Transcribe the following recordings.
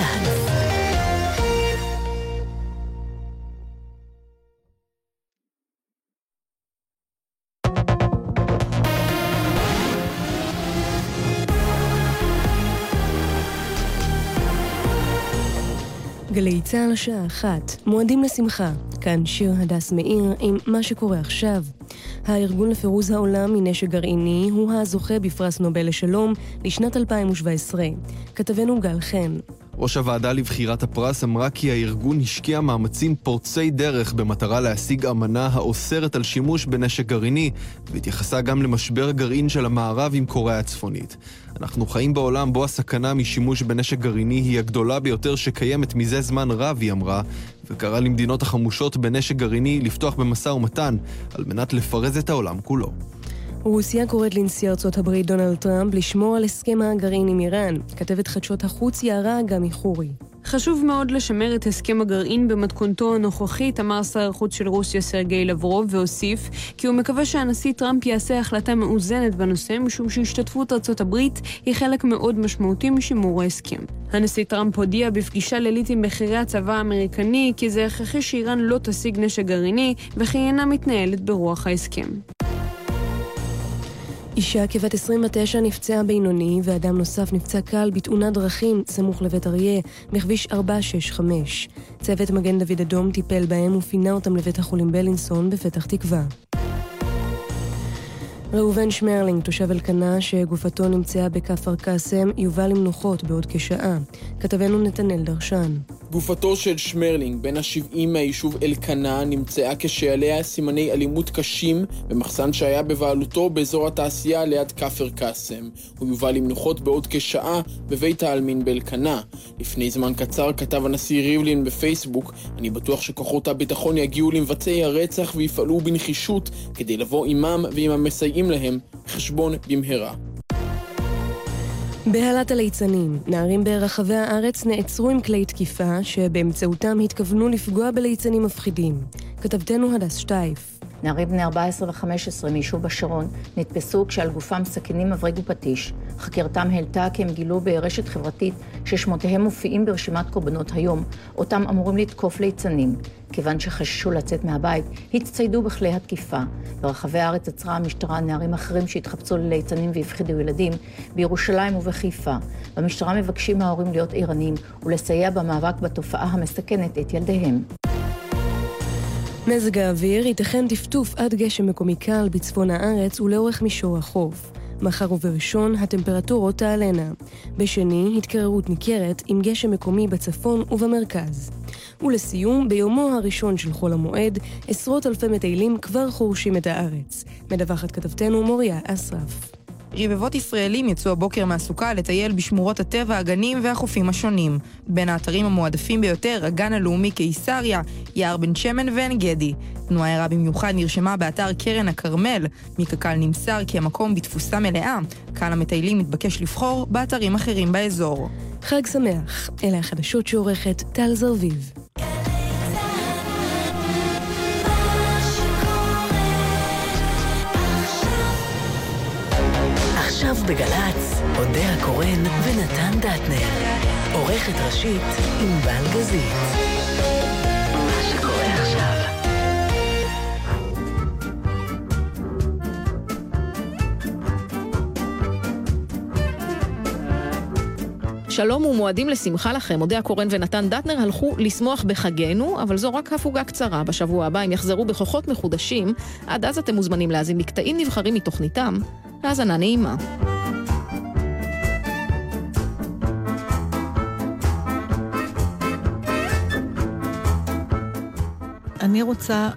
גל"צ. גלי צהל השעה 1, מועדים לשמחה. כאן שיר הדס מאיר עם מה שקורה עכשיו. הארגון לפירוז העולם מנשק גרעיני הוא הזוכה בפרס נובל לשלום לשנת 2017. כתבנו גל חן. ראש הוועדה לבחירת הפרס אמרה כי הארגון השקיע מאמצים פורצי דרך במטרה להשיג אמנה האוסרת על שימוש בנשק גרעיני, והתייחסה גם למשבר הגרעין של המערב עם קוריאה הצפונית. אנחנו חיים בעולם בו הסכנה משימוש בנשק גרעיני היא הגדולה ביותר שקיימת מזה זמן רב, היא אמרה, וקרא למדינות החמושות בנשק גרעיני לפתוח במשא ומתן על מנת לפרז את העולם כולו. רוסיה קוראת לנשיא ארצות הברית דונלד טראמפ לשמור על הסכם הגרעין עם איראן. כתבת חדשות החוץ יערה גם חורי. חשוב מאוד לשמר את הסכם הגרעין במתכונתו הנוכחית, אמר שר החוץ של רוסיה סרגי לברוב, והוסיף כי הוא מקווה שהנשיא טראמפ יעשה החלטה מאוזנת בנושא, משום שהשתתפות ארצות הברית היא חלק מאוד משמעותי משימור ההסכם. הנשיא טראמפ הודיע בפגישה לילית עם בכירי הצבא האמריקני כי זה הכרחי שאיראן לא תשיג נשק גרעיני וכי אינה מתנהלת ברוח ההסכם. אישה כבת 29 נפצעה בינוני ואדם נוסף נפצע קל בתאונת דרכים סמוך לבית אריה בכביש 465. צוות מגן דוד אדום טיפל בהם ופינה אותם לבית החולים בלינסון בפתח תקווה. ראובן שמרלינג, תושב אלקנה שגופתו נמצאה בכפר קאסם, יובא למנוחות בעוד כשעה. כתבנו נתנאל דרשן. גופתו של שמרלינג, בן ה-70 מהיישוב אלקנה, נמצאה כשעליה סימני אלימות קשים במחסן שהיה בבעלותו באזור התעשייה ליד כפר קאסם. הוא יובא למנוחות בעוד כשעה בבית העלמין באלקנה. לפני זמן קצר כתב הנשיא ריבלין בפייסבוק, אני בטוח שכוחות הביטחון יגיעו למבצעי הרצח ויפעלו בנחישות כדי לבוא עמם ועם המסייעים להם חשבון במהרה. בהלת הליצנים, נערים ברחבי הארץ נעצרו עם כלי תקיפה שבאמצעותם התכוונו לפגוע בליצנים מפחידים. כתבתנו הדס שטייף. נערים בני 14 ו-15 מיישוב בשרון נתפסו כשעל גופם סכינים מבריג ופטיש. חקירתם העלתה כי הם גילו ברשת חברתית ששמותיהם מופיעים ברשימת קורבנות היום, אותם אמורים לתקוף ליצנים. כיוון שחששו לצאת מהבית, הצטיידו בכלי התקיפה. ברחבי הארץ עצרה המשטרה נערים אחרים שהתחפצו לליצנים והפחידו ילדים בירושלים ובחיפה. במשטרה מבקשים מההורים להיות ערניים ולסייע במאבק בתופעה המסכנת את ילדיהם. מזג האוויר ייתכן טפטוף עד גשם מקומי קל בצפון הארץ ולאורך מישור החוף. מחר ובראשון הטמפרטורות תעלנה. בשני התקררות ניכרת עם גשם מקומי בצפון ובמרכז. ולסיום, ביומו הראשון של חול המועד, עשרות אלפי מטיילים כבר חורשים את הארץ. מדווחת כתבתנו מוריה אסרף. רבבות ישראלים יצאו הבוקר מהסוכה לטייל בשמורות הטבע, הגנים והחופים השונים. בין האתרים המועדפים ביותר, הגן הלאומי קיסריה, יער בן שמן ועין גדי. תנועה ערה במיוחד נרשמה באתר קרן הכרמל. מקק"ל נמסר כי המקום בתפוסה מלאה. קהל המטיילים מתבקש לבחור באתרים אחרים באזור. חג שמח. אלה החדשות שעורכת טל זרביב. עכשיו בגל"צ, אודיה קורן ונתן דטנר. עורכת ראשית עם בלגזית. מה שקורה עכשיו. שלום ומועדים לשמחה לכם. אודיה קורן ונתן דטנר הלכו לשמוח בחגנו, אבל זו רק הפוגה קצרה. בשבוע הבא הם יחזרו בכוחות מחודשים. עד אז אתם מוזמנים להאזין לקטעים נבחרים מתוכניתם. האזנה נעימה. אני רוצה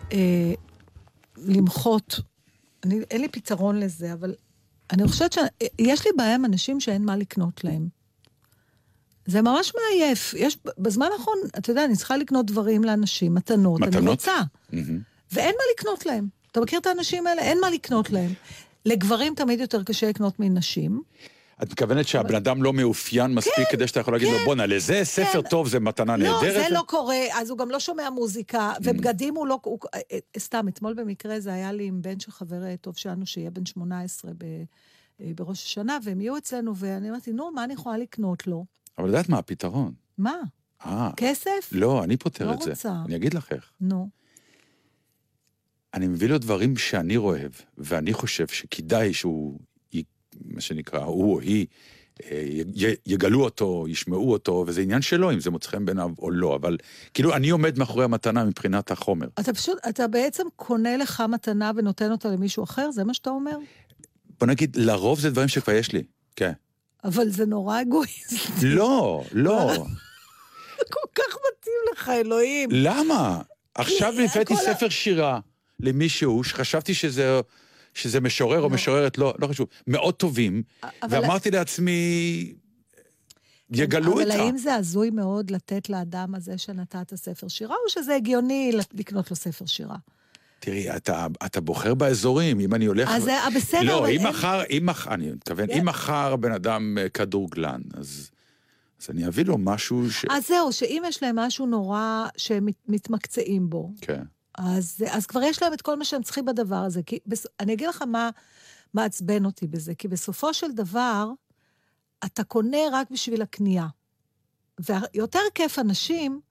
למחות, אין לי פתרון לזה, אבל אני חושבת שיש לי בעיה עם אנשים שאין מה לקנות להם. זה ממש מעייף. בזמן האחרון, אתה יודע, אני צריכה לקנות דברים לאנשים, מתנות. אני רוצה. ואין מה לקנות להם. אתה מכיר את האנשים האלה? אין מה לקנות להם. לגברים תמיד יותר קשה לקנות מנשים. את מתכוונת שהבן אדם לא מאופיין מספיק כדי שאתה יכול להגיד לו, בוא נע, לזה ספר טוב, זה מתנה נהדרת? לא, זה לא קורה, אז הוא גם לא שומע מוזיקה, ובגדים הוא לא... סתם, אתמול במקרה זה היה לי עם בן של חבר טוב שלנו, שיהיה בן 18 בראש השנה, והם יהיו אצלנו, ואני אמרתי, נו, מה אני יכולה לקנות לו? אבל לדעת מה הפתרון? מה? כסף? לא, אני פותר לא את זה. רוצה. אני אגיד לך איך. נו. אני מביא לו דברים שאני אוהב, ואני חושב שכדאי שהוא, מה שנקרא, הוא או היא, יגלו אותו, ישמעו אותו, וזה עניין שלו, אם זה מוצא בעיניו או לא, אבל כאילו אני עומד מאחורי המתנה מבחינת החומר. אתה בעצם קונה לך מתנה ונותן אותה למישהו אחר? זה מה שאתה אומר? בוא נגיד, לרוב זה דברים שכבר יש לי, כן. אבל זה נורא אגואיסטי. לא, לא. זה כל כך מתאים לך, אלוהים. למה? עכשיו הבאתי ספר שירה למישהו שחשבתי שזה משורר או משוררת, לא חשוב, מאוד טובים, ואמרתי לעצמי, יגלו אותה. אבל האם זה הזוי מאוד לתת לאדם הזה שנתת ספר שירה, או שזה הגיוני לקנות לו ספר שירה? תראי, אתה בוחר באזורים, אם אני הולך... אז בסדר, לא, אבל... אני מתכוון, אם מחר בן אדם כדורגלן, אז אני אביא לו משהו אז זהו, שאם יש להם משהו נורא שהם מתמקצעים בו, כן. אז כבר יש להם את כל מה שהם צריכים בדבר הזה. כי אני אגיד לך מה עצבן אותי בזה, כי בסופו של דבר, אתה קונה רק בשביל הקנייה. ויותר כיף אנשים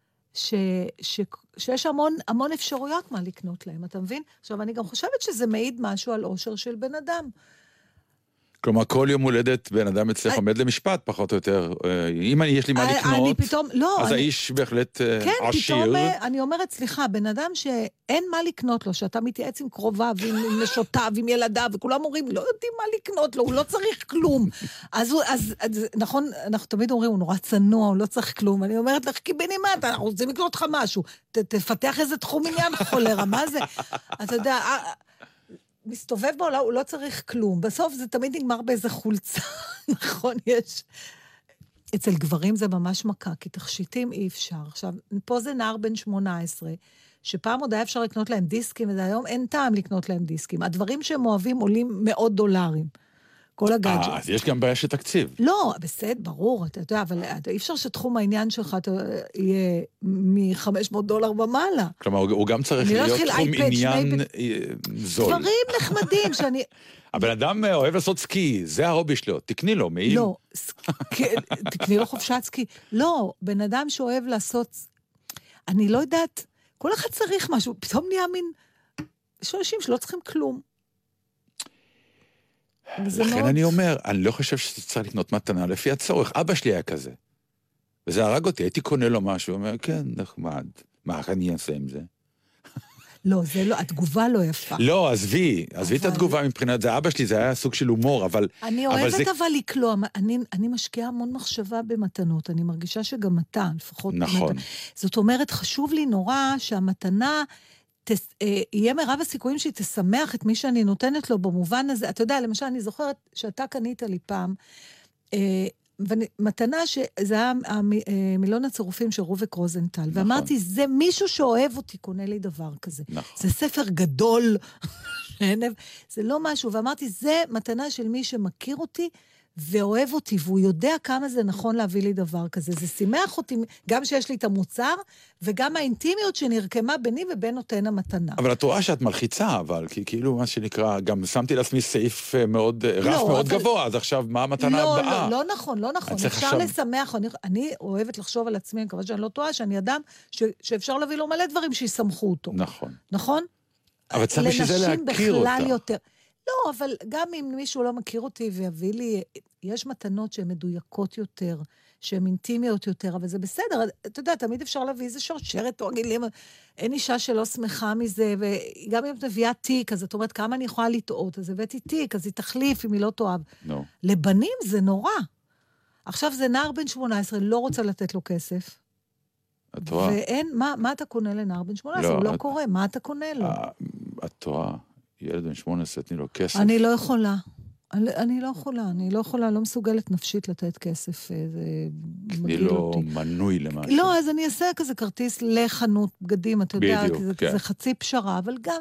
שיש המון אפשרויות מה לקנות להם, אתה מבין? עכשיו, אני גם חושבת שזה מעיד משהו על אושר של בן אדם. כלומר, כל יום הולדת בן אדם אצלך עומד למשפט, פחות או יותר. אם יש לי מה לקנות, אז האיש בהחלט עשיר. כן, פתאום אני אומרת, סליחה, בן אדם שאין מה לקנות לו, שאתה מתייעץ עם קרוביו, עם נשותיו, עם ילדיו, וכולם אומרים, לא יודעים מה לקנות לו, הוא לא צריך כלום. אז נכון, אנחנו תמיד אומרים, הוא נורא צנוע, הוא לא צריך כלום. אני אומרת לך, כי בנימה, אנחנו רוצים לקנות לך משהו. תפתח איזה תחום עניין חולרה, מה זה? אתה יודע... מסתובב בעולם, הוא לא צריך כלום. בסוף זה תמיד נגמר באיזה חולצה, נכון? אצל גברים זה ממש מכה, כי תכשיטים אי אפשר. עכשיו, פה זה נער בן 18, שפעם עוד היה אפשר לקנות להם דיסקים, והיום אין טעם לקנות להם דיסקים. הדברים שהם אוהבים עולים $100. כל הגאדג'ט. אז יש גם בעיה של תקציב. לא, בסדר, ברור, אתה יודע, אבל אי אפשר שתחום העניין שלך יהיה $500 ומעלה. כלומר, הוא גם צריך להיות תחום עניין זול. דברים נחמדים שאני... הבן אדם אוהב לעשות סקי, זה ההובי שלו, תקני לו, מעיל. לא, תקני לו חופשת סקי. לא, בן אדם שאוהב לעשות... אני לא יודעת, כל אחד צריך משהו, פתאום נהיה מין... יש אנשים שלא צריכים כלום. לכן אני אומר, אני לא חושב שצריך לקנות מתנה לפי הצורך. אבא שלי היה כזה. וזה הרג אותי, הייתי קונה לו משהו, הוא אומר, כן, נחמד. מה, אני אעשה עם זה? לא, זה לא, התגובה לא יפה. לא, עזבי את התגובה מבחינת זה. אבא שלי זה היה סוג של הומור, אבל... אני אוהבת אבל לקלוע. אני משקיעה המון מחשבה במתנות. אני מרגישה שגם אתה, לפחות... נכון. זאת אומרת, חשוב לי נורא שהמתנה... יהיה מרב הסיכויים שהיא תשמח את מי שאני נותנת לו במובן הזה. אתה יודע, למשל, אני זוכרת שאתה קנית לי פעם, מתנה שזה היה מילון הצירופים של רובק רוזנטל, נכון. ואמרתי, זה מישהו שאוהב אותי, קונה לי דבר כזה. נכון. זה ספר גדול, זה לא משהו, ואמרתי, זה מתנה של מי שמכיר אותי, ואוהב אותי, והוא יודע כמה זה נכון להביא לי דבר כזה. זה שימח אותי, גם שיש לי את המוצר, וגם האינטימיות שנרקמה ביני ובין נותן המתנה. אבל את רואה שאת מלחיצה, אבל כאילו מה שנקרא, גם שמתי לעצמי סעיף מאוד, רף מאוד גבוה, אז עכשיו מה המתנה הבאה? לא נכון. אפשר לשמח, אני אוהבת לחשוב על עצמי, אני מקווה שאני לא טועה, שאני אדם שאפשר להביא לו מלא דברים שישמחו אותו. נכון? אבל צריך בשביל זה להכיר אותה. לא, אבל גם אם מישהו לא מכיר אותי ויביא לי, יש מתנות שהן מדויקות יותר, שהן אינטימיות יותר, אבל זה בסדר. אתה יודע, תמיד אפשר להביא איזה שרשרת או גילים, אין אישה שלא שמחה מזה, וגם אם את מביאה תיק, אז את אומרת, כמה אני יכולה לטעות, אז הבאתי תיק, אז היא תחליף אם היא לא תאהב. לבנים זה נורא. עכשיו זה נער בן 18, לא רוצה לתת לו כסף. את רואה? ואין, מה אתה קונה לנער בן 18? הוא לא קורא, מה אתה קונה לו? את רואה. ילד בן 18, תני לו כסף. אני לא יכולה. לא מסוגלת נפשית לתת כסף. תני לו מנוי למשהו. לא, אז אני אעשה כזה כרטיס לחנות בגדים, אתה יודע, זה חצי פשרה, אבל גם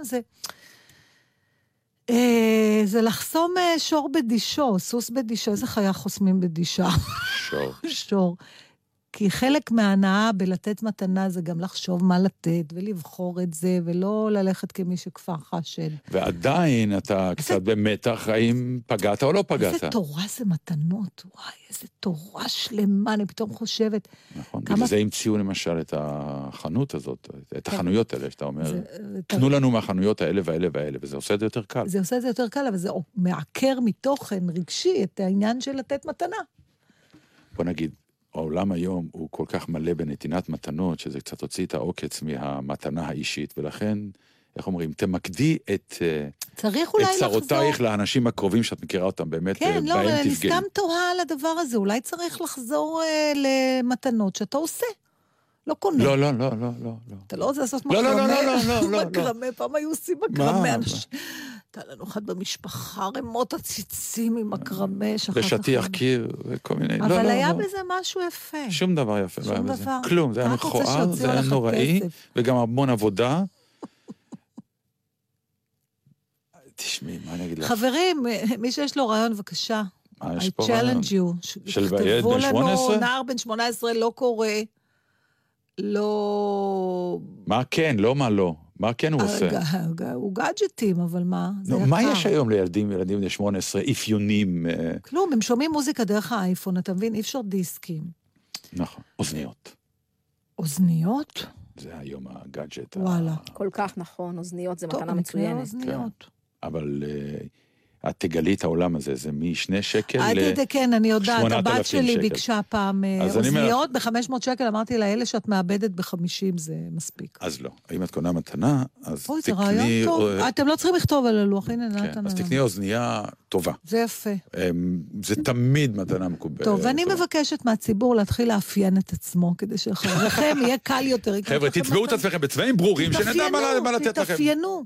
זה לחסום שור בדישו, סוס בדישו, איזה חיה חוסמים בדישה? שור. שור. כי חלק מההנאה בלתת מתנה זה גם לחשוב מה לתת, ולבחור את זה, ולא ללכת כמי שכפר חשד. ועדיין אתה קצת במתח, האם פגעת או לא פגעת. איזה תורה זה מתנות, וואי, איזה תורה שלמה, אני פתאום חושבת. נכון, בגלל זה המציאו למשל את החנות הזאת, את החנויות האלה, שאתה אומר, תנו לנו מהחנויות האלה והאלה והאלה, וזה עושה את זה יותר קל. זה עושה את זה יותר קל, אבל זה מעקר מתוכן רגשי את העניין של לתת מתנה. בוא נגיד, העולם היום הוא כל כך מלא בנתינת מתנות, שזה קצת הוציא את העוקץ מהמתנה האישית, ולכן, איך אומרים, תמקדי את צרותייך לאנשים הקרובים שאת מכירה אותם באמת, כן, לא, אבל אני סתם תוהה על הדבר הזה, אולי צריך לחזור למתנות שאתה עושה. לא קונה. לא. אתה לא רוצה לעשות מקרמה? לא. מקרמה, פעם היו עושים מקרמה אנשים. הייתה לנו אחד במשפחה, רמות הציצים עם מקרמה, ושטיח קיר וכל מיני. אבל היה בזה משהו יפה. שום דבר יפה. שום דבר. כלום, זה היה מכוער, זה היה נוראי, וגם המון עבודה. תשמעי, מה אני אגיד לך? חברים, מי שיש לו רעיון, בבקשה. I challenge you. של ילד בן 18? נער בן 18 לא קורא, לא... מה כן, לא מה לא. מה כן הוא עושה? הוא גאדג'טים, אבל מה? מה יש היום לילדים בני 18, אפיונים? כלום, הם שומעים מוזיקה דרך האייפון, אתה מבין? אי אפשר דיסקים. נכון, אוזניות. אוזניות? זה היום הגאדג'ט. וואלה. כל כך נכון, אוזניות זה מתנה מצוינת. אוזניות. אבל את תגלי את העולם הזה, זה מ2 שקל כן, אני יודעת, הבת שלי שקל. ביקשה פעם אוזניות ב500 שקל, אמרתי לה, אלה שאת מאבדת ב50 זה מספיק. אז לא, אם את קונה מתנה, אז תקני... זה רעיון טוב, אתם לא צריכים לכתוב על הלוח, הנה נתן. אז תקני אוזנייה טובה. זה יפה. זה תמיד מתנה מקובלת. טוב, ואני מבקשת מהציבור להתחיל לאפיין את עצמו, כדי שלכם יהיה קל יותר. חבר'ה, תצבעו את עצמכם בצבעים ברורים, שנדע מה לתת לכם. תתאפיינו.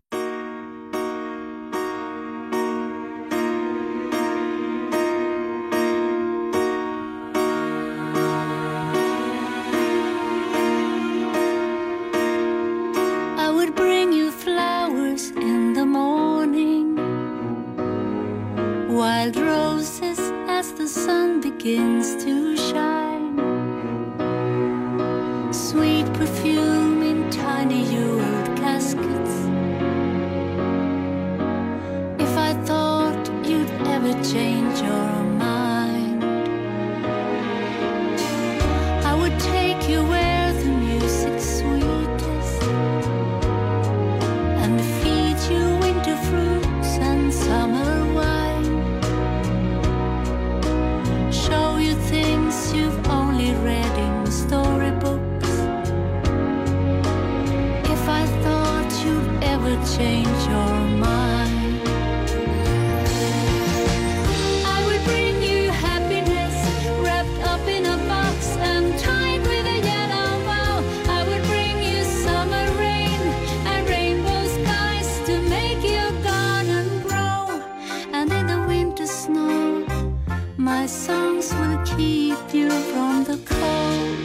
Wild roses as the sun begins to shine, sweet perfume in tiny jeweled caskets. If I thought you'd ever change your mind, I would take you where the music's sweetest and feed you winter fruits and summer wine. Show you things you've only read in storybooks. If I thought you'd ever change your mind, I would bring you happiness wrapped up in a box and tied with a yellow bow. I would bring you summer rain and rainbow skies to make your garden grow. And in the winter snow, my songs will keep you from the cold.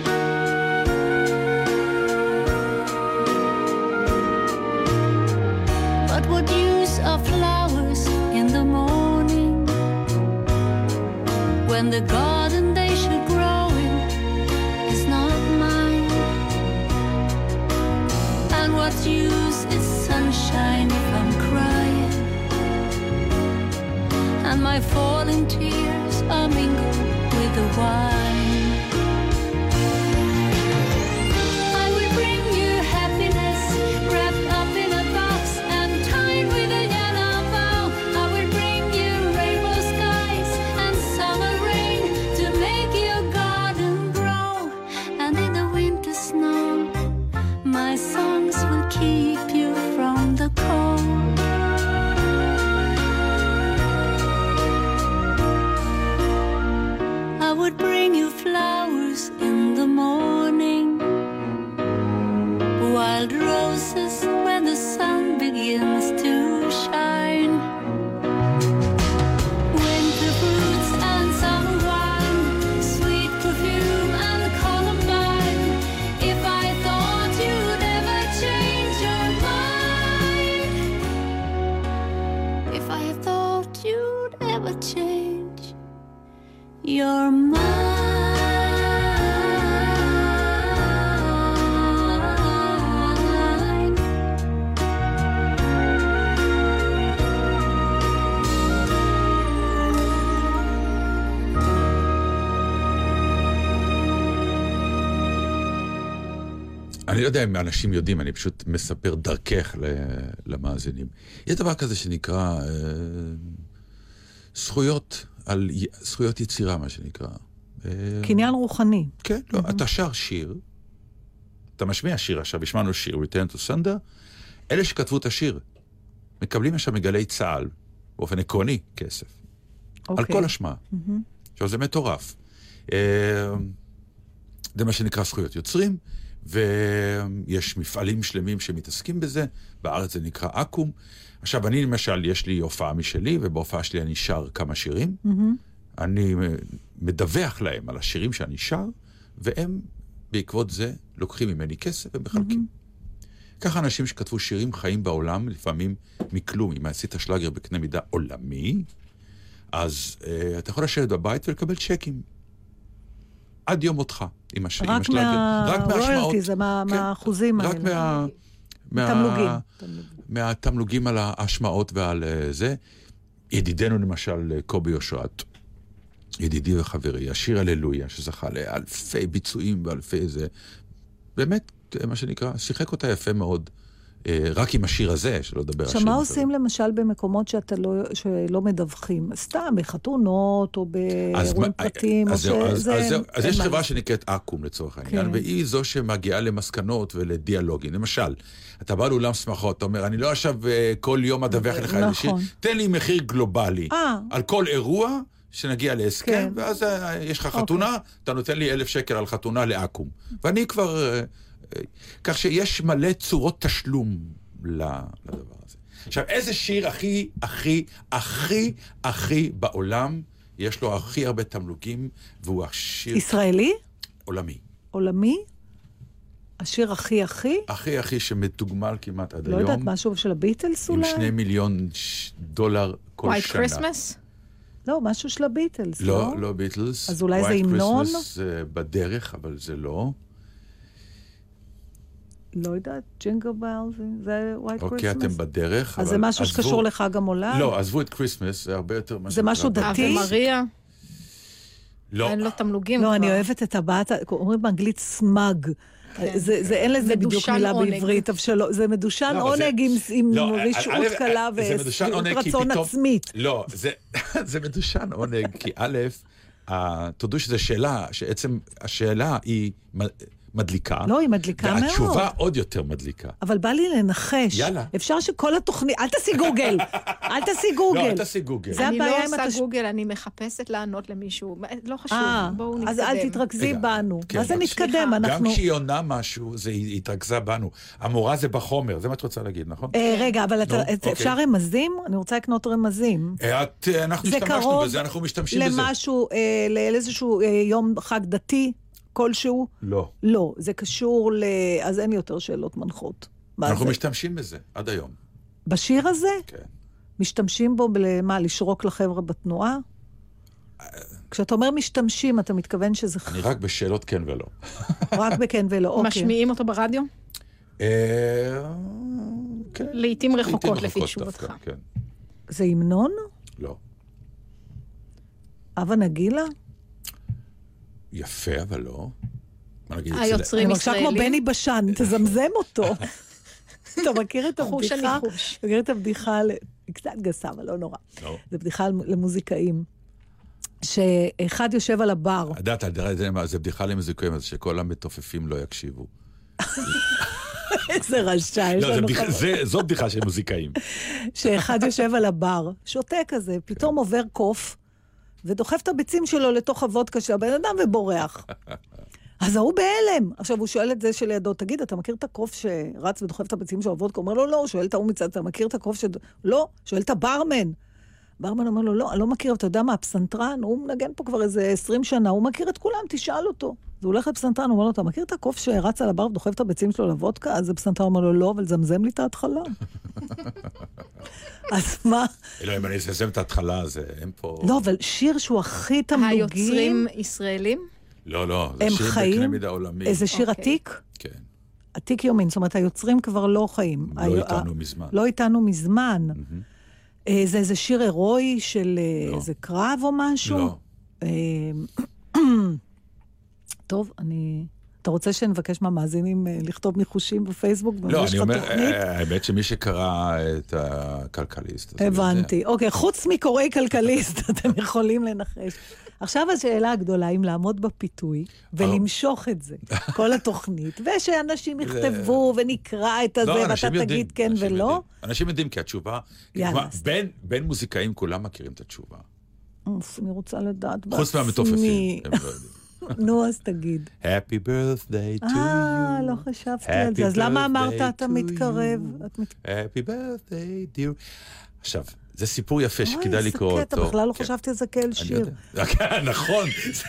But what use are flowers in the morning when the garden they should grow in is not mine? And what use is sunshine if I'm crying and my falling tears are mingled with the wine? I will bring you happiness wrapped up in a box and tied with a yellow bow. I will bring you rainbow skies and summer rain to make your garden grow. And in the winter snow, my songs will keep you from the cold. I would bring you flowers in the morning, wild roses when the sun begins to shine, winter fruits and summer wine, sweet perfume and columbine. If I thought you'd ever change your אני לא יודע אם אנשים יודעים, אני פשוט מספר דרכך למאזינים. יש דבר כזה שנקרא זכויות יצירה, מה שנקרא. קניין רוחני. כן, לא, אתה שר שיר, אתה משמיע שיר עכשיו, השמענו שיר, Return to Sender, אלה שכתבו את השיר, מקבלים עכשיו מגלי צה"ל, באופן עקרוני, כסף. על כל השמעה. עכשיו, זה מטורף. זה מה שנקרא זכויות יוצרים, ויש מפעלים שלמים שמתעסקים בזה, בארץ זה נקרא אקום. עכשיו, אני למשל, יש לי הופעה משלי, ובהופעה שלי אני שר כמה שירים. אני מדווח להם על השירים שאני שר, והם בעקבות זה לוקחים ממני כסף ומחלקים. ככה אנשים שכתבו שירים חיים בעולם, לפעמים מכלום. אם עשית שלאגר בקנה מידה עולמי, אז אתה יכול לשבת בבית ולקבל צ'קים. עד יום אותך, עם השלאגר. רק מהרויאלטי, זה מהאחוזים האלה. רק מהתמלוגים על ההשמעות ועל זה. ידידנו למשל קובי אושרת, ידידי וחברי, השיר הללויה, שזכה לאלפי ביצועים ואלפי זה, באמת, מה שנקרא, שיחק אותה יפה מאוד, רק עם השיר הזה, שלא לדבר השיר. שמה עושים למשל במקומות שלא מדווחים? סתם, בחתונות או באירועים פרטיים? אז יש חברה שנקראת אקום לצורך העניין, והיא זו שמגיעה למסקנות ולדיאלוגים. למשל, אתה בא לאולם שמחות, אתה אומר, אני לא עכשיו כל יום אדווח לך איזה שיר, תן לי מחיר גלובלי על כל אירוע, שנגיע להסכם, ואז יש לך חתונה, אתה נותן לי 1,000 שקל על חתונה לאקום. ואני כבר... כך שיש מלא צורות תשלום לדבר הזה. עכשיו, איזה שיר הכי בעולם, יש לו הכי הרבה תמלוגים, והוא השיר... ישראלי? עולמי. עולמי? השיר הכי שמתוגמל כמעט עד היום. לא יודעת, משהו של הביטלס אולי? עם $2 מיליון כל שנה. White Christmas? לא, משהו של הביטלס, לא? לא ביטלס. אז אולי זה המנון? White Christmas זה בדרך, אבל זה לא. לא יודעת, ג'ינגל בל, זה White Christmas? אוקיי, אתם בדרך. אז זה משהו שקשור לחג המולד? לא, עזבו את Christmas, זה הרבה יותר... זה משהו דתי? ומריה? לא. אין לו תמלוגים כבר. לא, אני אוהבת את הבעת, אומרים באנגלית סמג. אין לזה בדיוק מילה בעברית, זה מדושן עונג עם רשעות קלה ורצון עצמית. לא, זה מדושן עונג, כי א', תודו שזו שאלה, שעצם השאלה היא מדליקה. לא, היא מדליקה מאוד. והתשובה עוד יותר מדליקה. אבל בא לי לנחש. יאללה. אפשר שכל התוכנית... אל תעשי גוגל. אל תעשי גוגל. לא, אל תעשי גוגל. אני לא עושה גוגל, אני מחפשת לענות למישהו. לא חשוב, בואו נתקדם. אז אל תתרכזי בנו. מה זה נתקדם? גם כשהיא עונה משהו, היא התרכזה בנו. המורה זה בחומר, זה מה את רוצה להגיד, נכון? רגע, אבל אפשר רמזים? אני רוצה לקנות רמזים. אנחנו השתמשנו בזה, אנחנו משתמשים בזה. למשהו, לאיזשהו יום חג דתי? כלשהו? לא. לא, זה קשור אז אין יותר שאלות מנחות. אנחנו משתמשים בזה, עד היום. בשיר הזה? כן. משתמשים בו למה? לשרוק לחבר'ה בתנועה? כשאתה אומר משתמשים, אתה מתכוון שזה... אני רק בשאלות כן ולא. רק בכן ולא, אוקיי. משמיעים אותו ברדיו? כן. לעתים רחוקות לפי תשובתך. כן. זה המנון? לא. אבא נגילה? יפה, אבל לא. היוצרים ישראלים. אני כמו בני בשן, תזמזם אותו. אתה מכיר את הבדיחה? חוש הניחוש. מכיר את הבדיחה, היא קצת גסה, אבל לא נורא. זו בדיחה למוזיקאים. שאחד יושב על הבר. יודעת, זה בדיחה למוזיקאים, אז שכל המתופפים לא יקשיבו. איזה רשע, יש לנו חבר. זו בדיחה של מוזיקאים. שאחד יושב על הבר, שותה כזה, פתאום עובר קוף, ודוחף את הביצים שלו לתוך הוודקה של הבן אדם ובורח. אז הוא בהלם. עכשיו הוא שואל את זה שלידו, תגיד, אתה מכיר את הקוף שרץ ודוחף את הביצים של הוודקה? הוא אומר לו, לא, הוא שואל את ההוא מצד, אתה מכיר את הקוף לא, שואל את הברמן. ברמן אומר לו, לא, אני לא מכיר, אתה יודע מה, הפסנתרן, הוא מנגן פה כבר איזה 20 שנה, הוא מכיר את כולם, תשאל אותו. אז הוא הולך לפסנתרן, הוא אומר לו, אתה מכיר את הקוף שרץ על הבר ודוחף את הביצים שלו לוודקה? אז הפסנתרן אומר לו, לא, אבל זמזם לי את ההתחלה. אז מה? לא, אם אני אסיים את ההתחלה, אז הם פה... לא, אבל שיר שהוא הכי תמלוגים... היוצרים ישראלים? לא, זה שיר בקנה מידה עולמי. איזה שיר עתיק? כן. עתיק יומין, זאת אומרת, היוצרים כבר לא חיים. לא איתנו מזמן. לא איתנו מזמן. זה איזה שיר הירואי של איזה קרב או משהו? לא. טוב, אתה רוצה שנבקש מהמאזינים לכתוב ניחושים בפייסבוק? לא, אני אומר, האמת שמי שקרא את הכלכליסט. הבנתי. אוקיי, חוץ מקוראי כלכליסט, אתם יכולים לנחש. עכשיו השאלה הגדולה, אם לעמוד בפיתוי ולמשוך את זה, כל התוכנית, ושאנשים יכתבו ונקרא את הזה, ואתה תגיד כן ולא. אנשים יודעים, כי התשובה, בין מוזיקאים כולם מכירים את התשובה. אני רוצה לדעת בעצמי. חוץ מהמתופפים, הם לא יודעים. נו, אז תגיד. Happy birthday to you. לא חשבתי על זה. אז למה אמרת אתה מתקרב? Happy birthday dear. עכשיו, זה סיפור יפה שכדאי לקרוא אותו. אתה בכלל לא חשבתי על זה כאל שיר. נכון.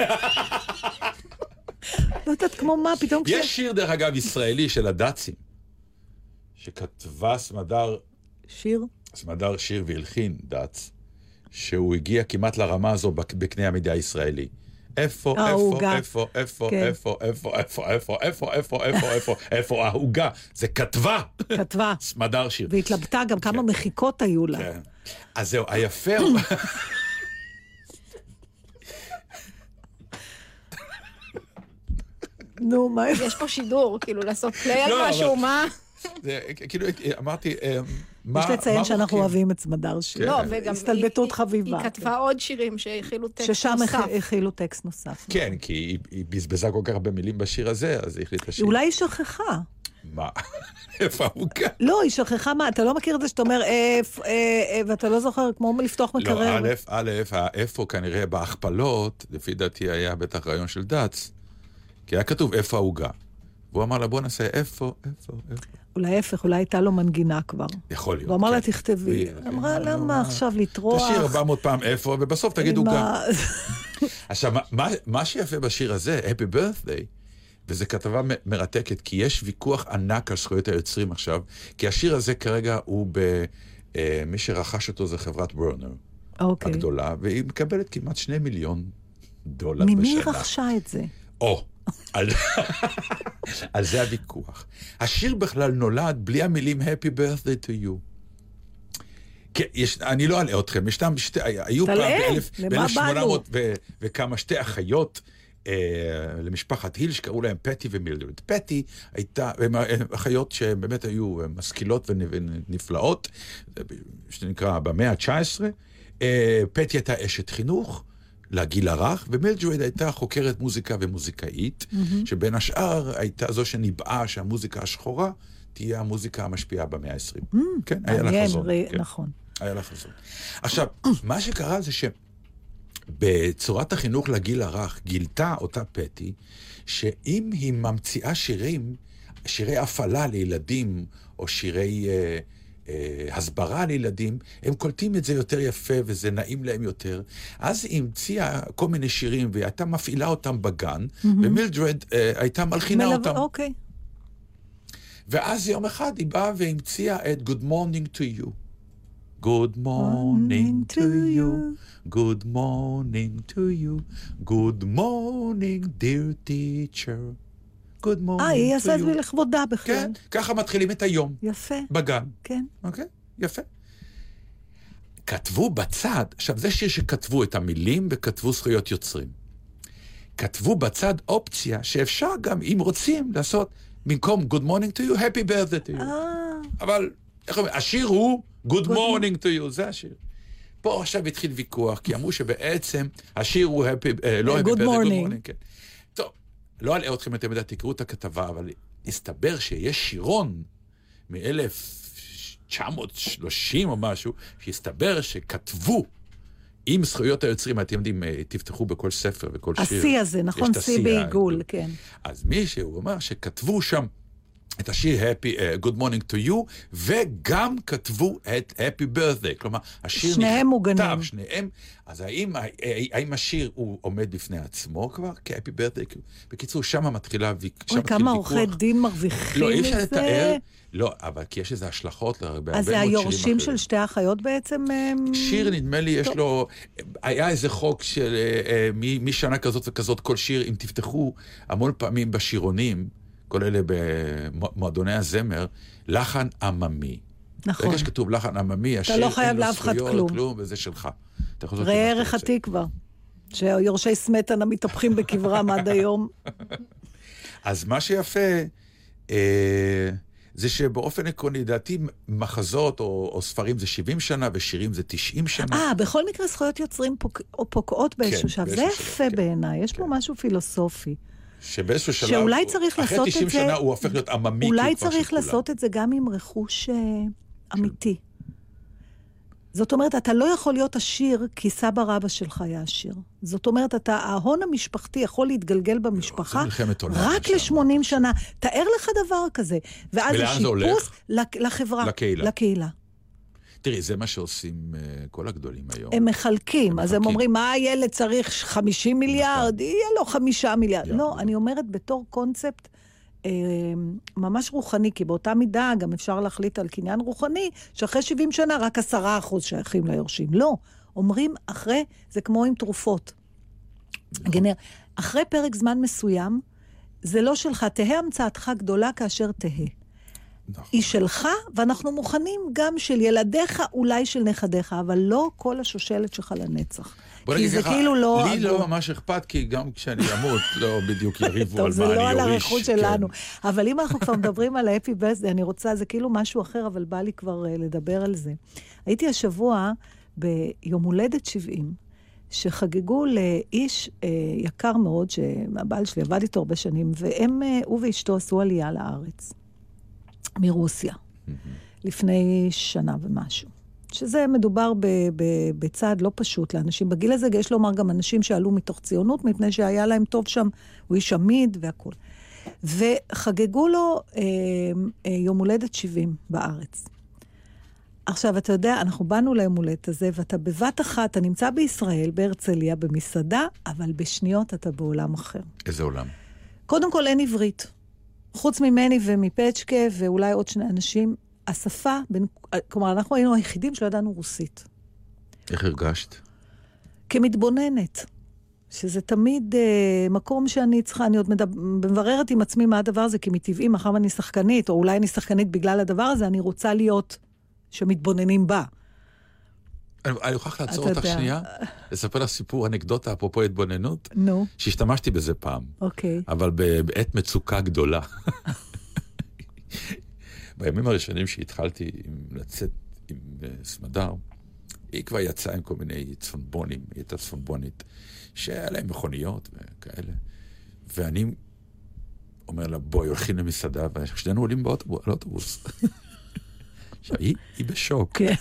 לא יודעת כמו מה, פתאום יש שיר, דרך אגב, ישראלי של הדאצים, שכתבה סמדר שיר והלחין דאץ, שהוא הגיע כמעט לרמה הזו בקנה המידה הישראלי. איפה ההוגה? זה כתבה. סמדר שיר. והתלבטה גם כמה מחיקות היו לה. אז זהו, היפה... נו, מה? יש פה שידור, כאילו לעשות פליי על משהו, מה? כאילו, אמרתי... יש לציין שאנחנו אוהבים את סמדר שיר. לא, וגם הסתלבטות חביבה. היא כתבה עוד שירים שהכילו טקסט נוסף. ששם הכילו טקסט נוסף. כן, כי היא בזבזה כל כך הרבה מילים בשיר הזה, אז היא החליט לשיר. אולי היא שכחה. מה? איפה ההוגה? לא, היא שכחה מה? אתה לא מכיר את זה שאתה אומר ואתה לא זוכר כמו לפתוח מקרר. לא, איפה כנראה בהכפלות, לפי דעתי היה בטח רעיון של דאץ, כי היה כתוב איפה ההוגה. והוא אמר לה, בוא נעשה איפה. אולי ההפך, אולי הייתה לו מנגינה כבר. יכול להיות. הוא אמר לה, תכתבי. אמרה, למה עכשיו לטרוח? תשאיר 400 פעם איפה, ובסוף תגיד הוגה. עכשיו, מה שיפה בשיר הזה, Happy Birthday, וזו כתבה מרתקת, כי יש ויכוח ענק על זכויות היוצרים עכשיו, כי השיר הזה כרגע הוא מי שרכש אותו זה חברת וורנר. הגדולה, והיא מקבלת כמעט 2 מיליון דולר בשנה. ממי רכשה את זה? על זה הוויכוח. השיר בכלל נולד בלי המילים Happy Birthday to you. אני לא אלאה אתכם, היו פעם ב-1800 וכמה שתי אחיות למשפחת היל שקראו להם פטי ומילדרד. פטי הייתה, אחיות שבאמת היו משכילות ונפלאות, שנקרא במאה ה-19. פטי הייתה אשת חינוך, לגיל הרך, ומילדרד הייתה חוקרת מוזיקה ומוזיקאית, שבין השאר הייתה זו שניבאה שהמוזיקה השחורה תהיה המוזיקה המשפיעה במאה ה-20. כן, היה לה חזון. נכון. היה לה חזון. עכשיו, מה שקרה זה שבצורת החינוך לגיל הרך גילתה אותה פטי, שאם היא ממציאה שירי הפעלה לילדים, או שירי הסברה לילדים, הם קולטים את זה יותר יפה וזה נעים להם יותר. אז היא המציאה כל מיני שירים והיא הייתה מפעילה אותם בגן, ומילדרד הייתה מלחינה אותם. אוקיי. ואז יום אחד היא באה והמציאה את Good Morning to You. Good morning to you, good morning to you, good morning dear teacher. היא עשה את זה לכבודה בכלל. כן, ככה מתחילים את היום. יפה. בגן. כן. אוקיי, יפה. כתבו בצד, עכשיו זה שיר שכתבו את המילים וכתבו זכויות יוצרים. כתבו בצד אופציה שאפשר גם, אם רוצים, לעשות במקום good morning to you, happy birthday to you. אבל, איך אומרים, השיר הוא good morning to you, זה השיר. פה עכשיו התחיל ויכוח, כי אמרו שבעצם השיר הוא לא happy birthday, good morning. כן. טוב. לא אלאה אתכם אתם יודעת, תקראו את הכתבה, אבל הסתבר שיש שירון מ-1930 או משהו, שהסתבר שכתבו עם זכויות היוצרים, אתם יודעים, תפתחו בכל ספר וכל שיר. השיא הזה, נכון? שיא בעיגול, כן. אז מישהו אמר שכתבו שם את השיר Good Morning to You, וגם כתבו את Happy Birthday. כלומר, השיר שניהם מוגנים. שניהם. אז האם השיר הוא עומד בפני עצמו כבר? כ-Happy Birthday? בקיצור, שמה מתחילה ויכוח. כמה עורכי דין מרוויחים לא, אי אפשר לתאר. לא, אבל כי יש איזה השלכות להרבה מאוד שירים אחרים. אז זה היורשים של שתי האחיות בעצם? שיר, נדמה לי, יש לו... היה איזה חוק של משנה כזאת וכזאת, כל שיר, אם תפתחו המון פעמים בשירונים, כל אלה במועדוני הזמר, לחן עממי. נכון. ברגע שכתוב לחן עממי, אתה לא חייב לאף אחד כלום. וזה שלך. ראה ערך התקווה, שיורשי סמטנה מתהפכים בקברם עד היום. אז מה שיפה, זה שבאופן עקרוני, דעתי, מחזות או ספרים זה 70 שנה, ושירים זה 90 שנה. בכל מקרה זכויות יוצרים פוקעות באיזשהו שלב. זה יפה בעיניי, יש פה משהו פילוסופי. שבאיזשהו שלב, שאולי צריך אחרי לעשות 90 את זה, שנה הוא הופך להיות עממי. אולי צריך לעשות את זה גם עם רכוש אמיתי. זאת אומרת, אתה לא יכול להיות עשיר כי סבא רבא שלך היה עשיר. זאת אומרת, ההון המשפחתי יכול להתגלגל במשפחה רק ל-80 שנה. תאר לך דבר כזה. ואז זה שיפוס לחברה, לקהילה. תראי, זה מה שעושים כל הגדולים היום. הם מחלקים, אז הם אומרים, מה הילד צריך 50 מיליארד? יהיה לו 5 מיליארד. לא, אני אומרת בתור קונספט, ממש רוחני, כי באותה מידה גם אפשר להחליט על קניין רוחני, שאחרי 70 שנה רק 10% שייכים ליורשים. לא, אומרים אחרי, זה כמו עם תרופות. אחרי פרק זמן מסוים, זה לא שלך, תהה המצאתך גדולה כאשר תהה. היא שלך, ואנחנו מוכנים גם של ילדיך, אולי של נכדיך, אבל לא כל השושלת שלך לנצח. כי זה כאילו לא... לי לא ממש אכפת, כי גם כשאני אמות, לא בדיוק יריבו על מה אני יוריש. טוב, זה לא על הרכוש שלנו. אבל אם אנחנו כבר מדברים על האפי בסטי, אני רוצה, זה כאילו משהו אחר, אבל בא לי כבר לדבר על זה. הייתי השבוע ביום הולדת 70, שחגגו לאיש יקר מאוד, שהבעל שלי עבד איתו הרבה שנים, והם, הוא ואשתו עשו עלייה לארץ. מרוסיה, לפני שנה ומשהו. שזה מדובר בצעד לא פשוט לאנשים. בגיל הזה יש לומר גם אנשים שעלו מתוך ציונות, מפני שהיה להם טוב שם, הוא איש עמיד והכל. וחגגו לו יום הולדת 70 בארץ. עכשיו, אתה יודע, אנחנו באנו ליום הולדת הזה, ואתה בבת אחת, אתה נמצא בישראל, בהרצליה, במסעדה, אבל בשניות אתה בעולם אחר. איזה עולם? קודם כל אין עברית. חוץ ממני ומפצ'קה, ואולי עוד שני אנשים, השפה, כלומר, אנחנו היינו היחידים שלא ידענו רוסית. איך הרגשת? כמתבוננת. שזה תמיד מקום שאני צריכה, אני עוד מבררת עם עצמי מה הדבר הזה, כי מטבעי, מחר אני שחקנית, או אולי אני שחקנית בגלל הדבר הזה, אני רוצה להיות שמתבוננים בה. אני אוכח לעצור אותך שנייה, לספר לך סיפור, אנקדוטה, אפרופו התבוננות, שהשתמשתי בזה פעם. אוקיי. אבל בעת מצוקה גדולה. בימים הראשונים שהתחלתי לצאת עם סמדר, היא כבר יצאה עם כל מיני צפונבונים, היא הייתה צפונבונית, שהיה להם מכוניות וכאלה. ואני אומר לה, בואי, הולכים למסעדה, ושנינו עולים באוטובוס. עכשיו, היא בשוק. כן.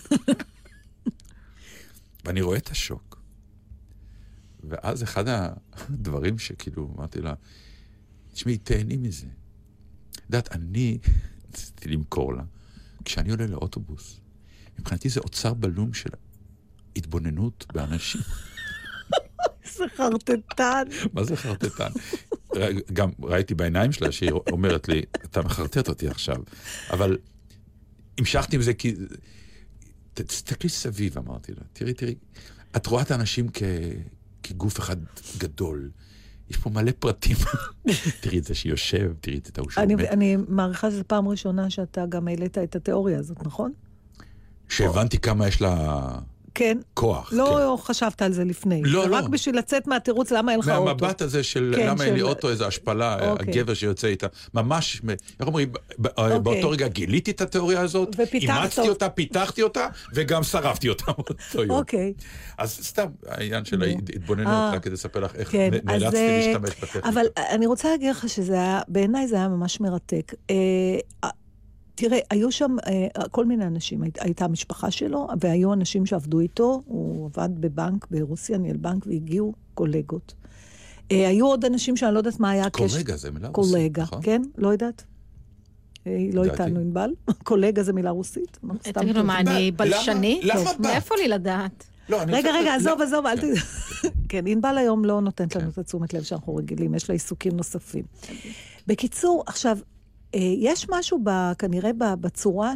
ואני רואה את השוק. ואז אחד הדברים שכאילו, אמרתי לה, תשמעי, תהני מזה. יודעת, אני רציתי למכור לה, כשאני עולה לאוטובוס, מבחינתי זה אוצר בלום של התבוננות באנשים. זה חרטטן. מה זה חרטטן? גם ראיתי בעיניים שלה שהיא אומרת לי, אתה מחרטט אותי עכשיו. אבל המשכתי עם זה כי... תסתכלי סביב, אמרתי לה. תראי, את רואה את האנשים כגוף אחד גדול. יש פה מלא פרטים. תראי את זה שיושב, תראי את ההוא שעומד. אני מעריכה שזו פעם ראשונה שאתה גם העלית את התיאוריה הזאת, נכון? שהבנתי כמה יש לה כן. כוח. לא חשבת על זה לפני. לא. רק בשביל לצאת מהתירוץ, למה אין לך אוטו? מהמבט הזה של למה אין לי אוטו, איזו השפלה, הגבר שיוצא איתה. ממש, איך אומרים, באותו רגע גיליתי את התיאוריה הזאת, אימצתי אותה, פיתחתי אותה, וגם שרפתי אותה באותו יום. אוקיי. אז סתם, העניין של ההתבוננות, רק כדי לספר לך איך נאלצתי להשתמש בטכניקה. אבל אני רוצה להגיד לך שבעיניי זה היה ממש מרתק. תראה, היו שם כל מיני אנשים, הייתה המשפחה שלו, והיו אנשים שעבדו איתו, הוא עבד בבנק, ברוסיה, ניהל בנק, והגיעו קולגות. היו עוד אנשים שאני לא יודעת מה היה הקשר. קולגה זה מילה רוסית, קולגה, כן? לא יודעת. לא איתנו ענבל. קולגה זה מילה רוסית. תגידו, מה, אני בלשנית? מאיפה לי לדעת? רגע, עזוב, אל תדע. כן, ענבל היום לא נותנת לנו את התשומת לב שאנחנו רגילים, יש לה עיסוקים נוספים. בקיצור, עכשיו, יש משהו כנראה בצורה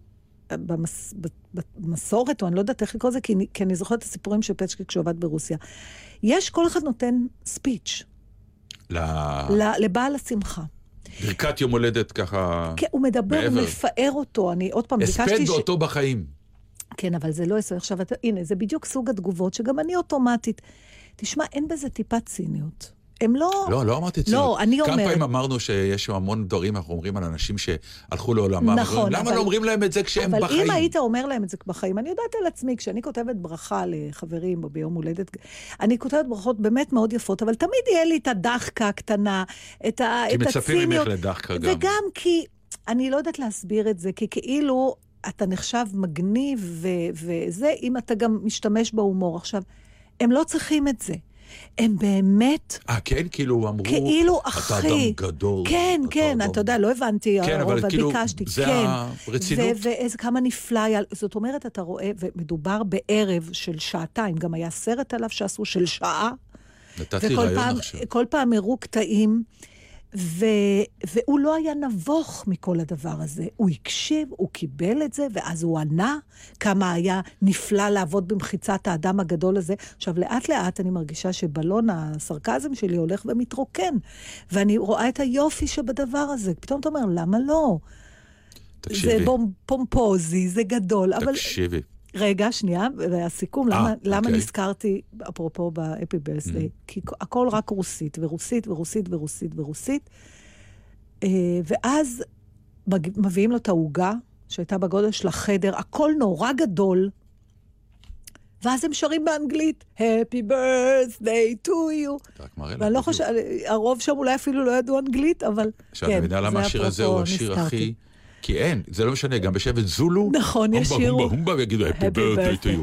במסורת, או אני לא יודעת איך לקרוא זה, כי אני זוכרת את הסיפורים של פצ'קה כשעובד ברוסיה. יש, כל אחד נותן ספיץ' לבעל השמחה. ברכת יום הולדת ככה... כן, הוא מדבר, הוא מפאר אותו. אני עוד פעם ביקשתי הספד באותו בחיים. כן, אבל זה לא יסוי. עכשיו, הנה, זה בדיוק סוג התגובות, שגם אני אוטומטית. תשמע, אין בזה טיפת ציניות. הם לא... לא אמרתי את זה. לא, אני אומרת... כמה פעמים אמרנו שיש המון דברים, אנחנו אומרים על אנשים שהלכו לעולמם. נכון, למה לא אומרים להם את זה כשהם אבל בחיים? אם היית אומר להם את זה בחיים, אני יודעת על עצמי, כשאני כותבת ברכה לחברים או ביום הולדת, אני כותבת ברכות באמת מאוד יפות, אבל תמיד יהיה לי את הדחקה הקטנה, את הציניות. כי מצפים ממך לדחקה גם. וגם כי, אני לא יודעת להסביר את זה, כי כאילו אתה נחשב מגניב וזה, אם אתה גם משתמש בהומור. עכשיו, הם לא צריכים את זה. הם באמת... כן, כאילו אמרו... כאילו, אתה אדם גדול. כן, כן, אתה יודע, לא הבנתי, כן, אבל כאילו, ביקשתי. זה הרצינות. ואיזה כמה נפלא היה... זאת אומרת, אתה רואה, ומדובר בערב של שעתיים, גם היה סרט עליו שעשו של שעה. נתתי רעיון עכשיו. וכל פעם הראו קטעים, והוא לא היה נבוך מכל הדבר הזה. הוא הקשיב, הוא קיבל את זה, ואז הוא ענה כמה היה נפלא לעבוד במחיצת האדם הגדול הזה. עכשיו, לאט לאט אני מרגישה שבלון הסרקזם שלי הולך ומתרוקן, ואני רואה את היופי שבדבר הזה. פתאום אתה אומר, למה לא? תקשיבי. זה פומפוזי, זה גדול. תקשיבי. רגע, שנייה, והסיכום, למה נזכרתי, אפרופו באפי ברסדיי, כי הכל רק רוסית, ורוסית, ורוסית, ורוסית, ורוסית, ואז מביאים לו את ההוגה, שהייתה בגודל של החדר, הכל נורא גדול, ואז הם שרים באנגלית, Happy birthday to you. ואני לא חושב, הרוב שם אולי אפילו לא ידעו אנגלית, אבל עכשיו, אני יודע למה השיר הזה הוא השיר הכי... כי אין, זה לא משנה, גם בשבט זולו, נכון, יש שיר... הומבה ויגידו, Happy birthday to you.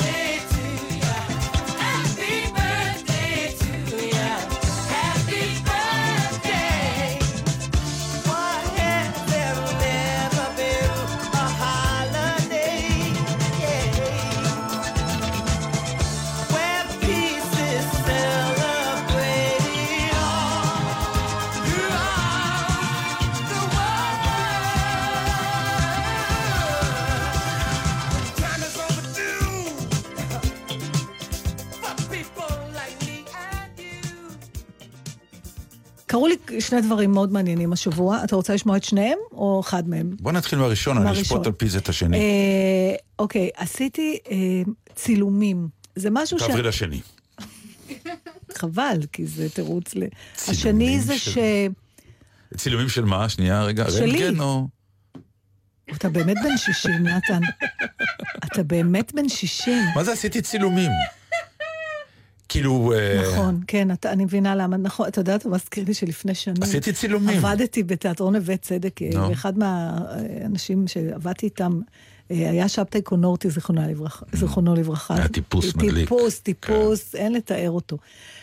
Happy birthday. קראו לי שני דברים מאוד מעניינים השבוע. אתה רוצה לשמוע את שניהם או אחד מהם? בוא נתחיל מהראשון, אני אשפוט על פי זה את השני. אוקיי, עשיתי צילומים. זה משהו תעברי לשני. חבל, כי זה תירוץ השני זה צילומים של מה? שנייה, רגע. שלי. רנטגן או... אתה באמת בן 60, נתן. אתה באמת בן 60. מה זה עשיתי צילומים? כאילו... נכון, כן, אני מבינה למה, נכון, אתה יודע, אתה מזכיר לי שלפני שנים... עשיתי צילומים. עבדתי בתיאטרון נווה צדק, ואחד מהאנשים שעבדתי איתם, היה שבתאי קונורטי, זיכרונו לברכה. היה טיפוס מדליק. טיפוס, אין לתאר אותו.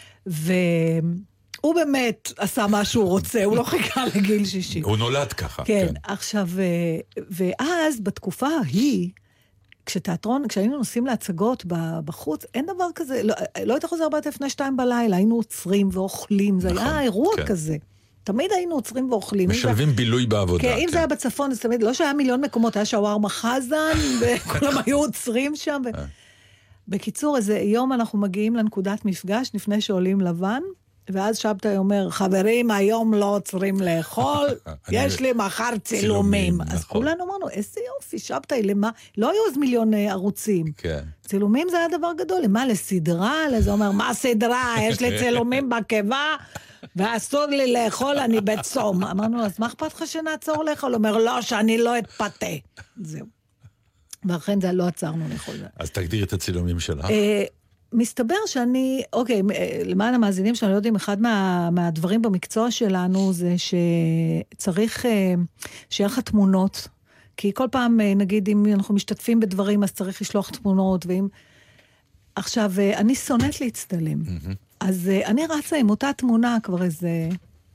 והוא באמת עשה מה שהוא רוצה, הוא לא חיכה לגיל 60. הוא נולד ככה. כן, עכשיו, ואז בתקופה ההיא, כשהיינו נוסעים להצגות בחוץ, אין דבר כזה, לא היית חוזר בת לפני 2 בלילה, היינו עוצרים ואוכלים, זה היה אירוע כזה. תמיד היינו עוצרים ואוכלים. משלבים בילוי בעבודה. כן, אם זה היה בצפון, אז תמיד, לא שהיה מיליון מקומות, היה שווארמה חזן, וכולם היו עוצרים שם. בקיצור, איזה יום אנחנו מגיעים לנקודת מפגש, לפני שעולים לבן, ואז שבתאי אומר, חברים, היום לא עוצרים לאכול, יש לי מחר צילומים. אז כולנו אמרנו, איזה יופי, שבתאי, למה? לא היו אז מיליון ערוצים. צילומים זה היה דבר גדול, למה? לסדרה? לזה אומר, מה סדרה? יש לי צילומים בקיבה, ואסור לי לאכול, אני בצום. אמרנו, אז מה אכפת לך שנעצור לאכול? הוא אומר, לא, שאני לא אתפתה. זהו. ואכן זה לא עצרנו לאכול. אז תגדיר את הצילומים שלך. מסתבר שאני, אוקיי, למען המאזינים שאני לא יודעים, אחד מהדברים במקצוע שלנו זה שצריך שיהיה לך תמונות, כי כל פעם, נגיד, אם אנחנו משתתפים בדברים, אז צריך לשלוח תמונות, עכשיו, אני שונאת להצטלם. אז אני רצה עם אותה תמונה כבר איזה...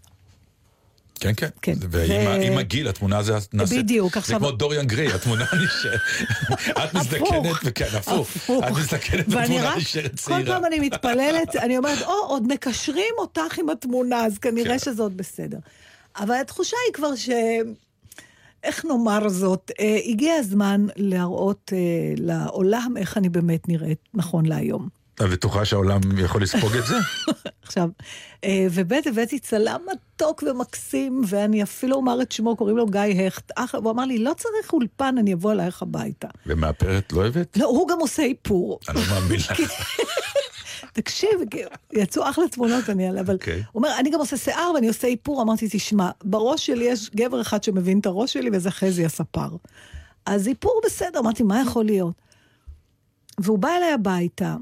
כן. ועם הגיל, התמונה זה נעשית... בדיוק, עכשיו... זה כמו דוריאן גריי, התמונה נשארת... את מזדקנת, וכן, הפוך. את מזדקנת, התמונה נשארת צעירה. כל פעם אני מתפללת, אני אומרת, עוד מקשרים אותך עם התמונה, אז כנראה שזאת בסדר. אבל התחושה היא כבר איך נאמר זאת, הגיע הזמן להראות לעולם איך אני באמת נראית נכון להיום. אתה בטוחה שהעולם יכול לספוג את זה? עכשיו, ובית הבאתי צלם מתוק ומקסים, ואני אפילו אומר את שמו, קוראים לו גיא הכט, הוא אמר לי, לא צריך אולפן, אני אבוא אלייך הביתה. ומאפרת לא הבאת? לא, הוא גם עושה איפור. אני לא מאמין לך. תקשיב, יצאו אחלה תמונות, אבל הוא אומר, אני גם עושה שיער ואני עושה איפור, אמרתי, תשמע, בראש שלי יש גבר אחד שמבין את הראש שלי, וזה חזי הספר. אז איפור בסדר, אמרתי, מה יכול להיות? והוא בא אליי הביתה,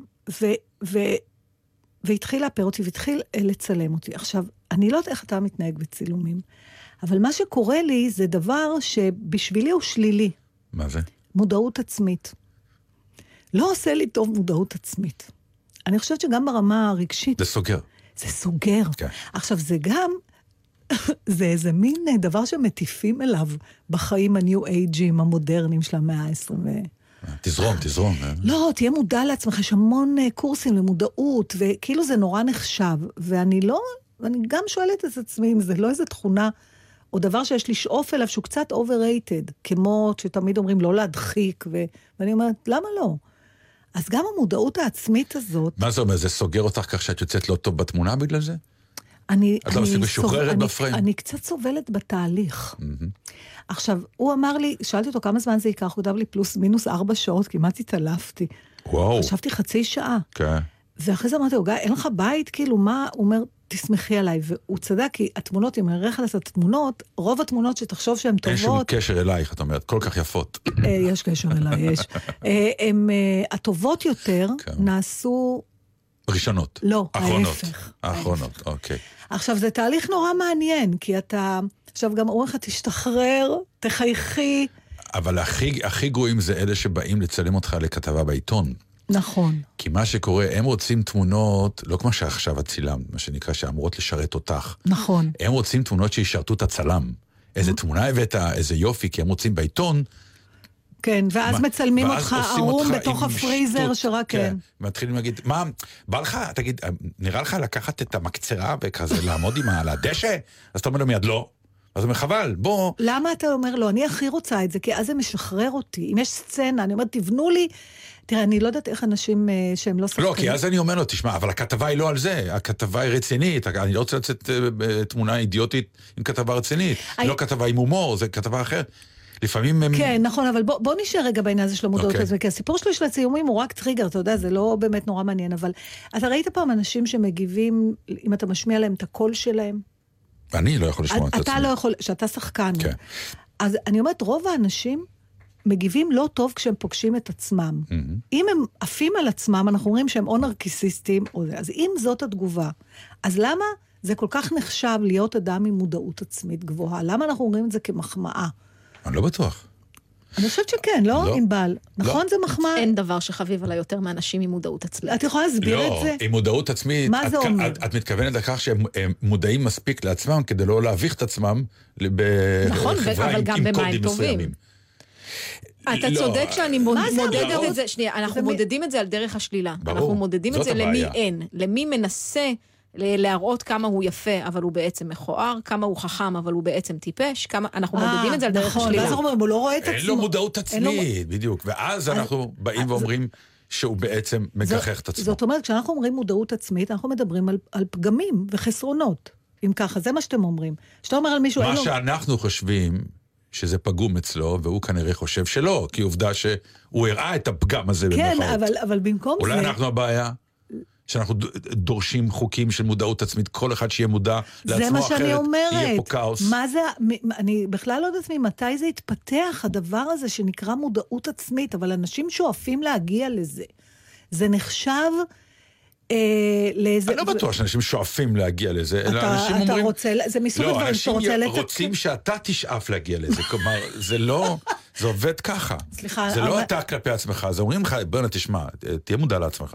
והתחיל לאפר אותי, והתחיל לצלם אותי. עכשיו, אני לא יודעת איך אתה מתנהג בצילומים, אבל מה שקורה לי זה דבר שבשבילי הוא שלילי. מה זה? מודעות עצמית. לא עושה לי טוב מודעות עצמית. אני חושבת שגם ברמה הרגשית... זה סוגר. זה סוגר. Okay. עכשיו, זה גם... זה איזה מין דבר שמטיפים אליו בחיים הניו-אייג'ים המודרניים של המאה ה-20. תזרום. לא, תהיה מודע לעצמך, יש המון קורסים למודעות, וכאילו זה נורא נחשב. ואני גם שואלת את עצמי אם זה לא איזו תכונה, או דבר שיש לשאוף אליו שהוא קצת overrated, כמו שתמיד אומרים לא להדחיק, ואני אומרת, למה לא? אז גם המודעות העצמית הזאת... מה זה אומר? זה סוגר אותך כך שאת יוצאת לא טוב בתמונה בגלל זה? את לא מספיק משוחררת בפריים? אני קצת סובלת בתהליך. עכשיו, הוא אמר לי, שאלתי אותו כמה זמן זה ייקח, הוא כתב לי פלוס מינוס 4 שעות, כמעט התעלפתי. וואו. חשבתי חצי שעה. כן. ואחרי זה אמרתי, גיא, אין לך בית? כאילו, מה? הוא אומר, תסמכי עליי. והוא צדק, כי התמונות, אם אני אראה לך את התמונות, רוב התמונות שתחשוב שהן טובות... אין שום קשר אלייך, את אומרת, כל כך יפות. יש קשר אליי, יש. הטובות יותר נעשו... ראשונות. לא, האחרונות, אוקיי. עכשיו, זה תהליך נורא מעניין, כי אתה... עכשיו גם אומרים לך, תשתחרר, תחייכי. אבל הכי גרועים זה אלה שבאים לצלם אותך לכתבה בעיתון. נכון. כי מה שקורה, הם רוצים תמונות, לא כמו שעכשיו הצילם, מה שנקרא, שאמורות לשרת אותך. נכון. הם רוצים תמונות שישרתו את הצלם. איזה תמונה הבאת, איזה יופי, כי הם רוצים בעיתון. כן, ואז מצלמים אותך ערום בתוך הפריזר שרק כן. מתחילים להגיד, מה, בא לך, תגיד, נראה לך לקחת את המקצרה וכזה לעמוד על הדשא? אז אתה אומר לו מיד, לא. אז אומר, חבל, בוא... למה אתה אומר לו? אני הכי רוצה את זה, כי אז זה משחרר אותי. אם יש סצנה, אני אומרת, תבנו לי... תראה, אני לא יודעת איך אנשים שהם לא שחקנים. לא, כי אז אני אומר לו, תשמע, אבל הכתבה היא לא על זה, הכתבה היא רצינית, אני לא רוצה לצאת תמונה אידיוטית עם כתבה רצינית. לא כתבה עם הומור, זה כתבה אחרת. לפעמים הם... כן, נכון, אבל בוא נשאר רגע בעניין הזה של המודעות הזה, כי הסיפור של הצילומים הוא רק טריגר, אתה יודע, זה לא באמת נורא מעניין, אבל אתה ראית פעם אנשים שמגיבים, אם אתה משמיע להם את הקול שלהם? אני לא יכול לשמוע את עצמי. אתה לא יכול, שאתה שחקן. אז אני אומרת, רוב האנשים מגיבים לא טוב כשהם פוגשים את עצמם. אם הם עפים על עצמם, אנחנו אומרים שהם או נרקיסיסטים, אז אם זאת התגובה, אז למה זה כל כך נחשב להיות אדם עם מודעות עצמית גבוהה? למה אנחנו אומרים את זה כמחמאה? אני לא בטוח. אני חושבת שכן, לא ענבל. נכון, זה מחמאה? אין דבר שחביב עליי יותר מאנשים עם מודעות עצמית. את יכולה להסביר את זה? לא, עם מודעות עצמית, מה זה אומר? את מתכוונת לכך שהם מודעים מספיק לעצמם, כדי לא להביך את עצמם בחברה עם קודים מסוימים. אתה צודק שאני מודדת את זה, שנייה, אנחנו מודדים את זה על דרך השלילה. אנחנו מודדים את זה למי אין, למי מנסה להראות כמה הוא יפה, אבל הוא בעצם מכוער, כמה הוא חכם, אבל הוא בעצם טיפש, אנחנו מודדים את זה על דרך השלילה. ואז אומרים, הוא לא רואה את עצמו. אין לו מודעות עצמית, בדיוק. ואז אנחנו באים ואומרים שהוא בעצם מגחך את עצמו. זאת אומרת, כשאנחנו אומרים מודעות עצמית, אנחנו מדברים על פגמים וחסרונות. אם ככה, זה מה שאתם אומרים. שאתה אומר על מישהו... מה שאנחנו חושבים שזה פגום אצלו, והוא כנראה חושב שלא, כי עובדה שהוא הראה את הפגם הזה במחאות. כן, אבל במקום זה... אולי אנחנו הבעיה... שאנחנו דורשים חוקים של מודעות עצמית, כל אחד שיהיה מודע לעצמו, זה מה שאני אומרת. יהיה פה כאוס. מה זה, אני בכלל לא יודעת ממתי זה התפתח, הדבר הזה שנקרא מודעות עצמית, אבל אנשים שואפים להגיע לזה. זה נחשב לאיזה... אני לא בטוח שאנשים שואפים להגיע לזה, אלא אנשים אומרים... אתה רוצה, זה מסוג הדברים שאתה רוצה לא, אנשים רוצים שאתה תשאף להגיע לזה, כלומר, זה לא... זה עובד ככה. סליחה, זה לא אתה כלפי עצמך, זה אומרים לך, בוא תשמע, תהיה מודע לעצמך,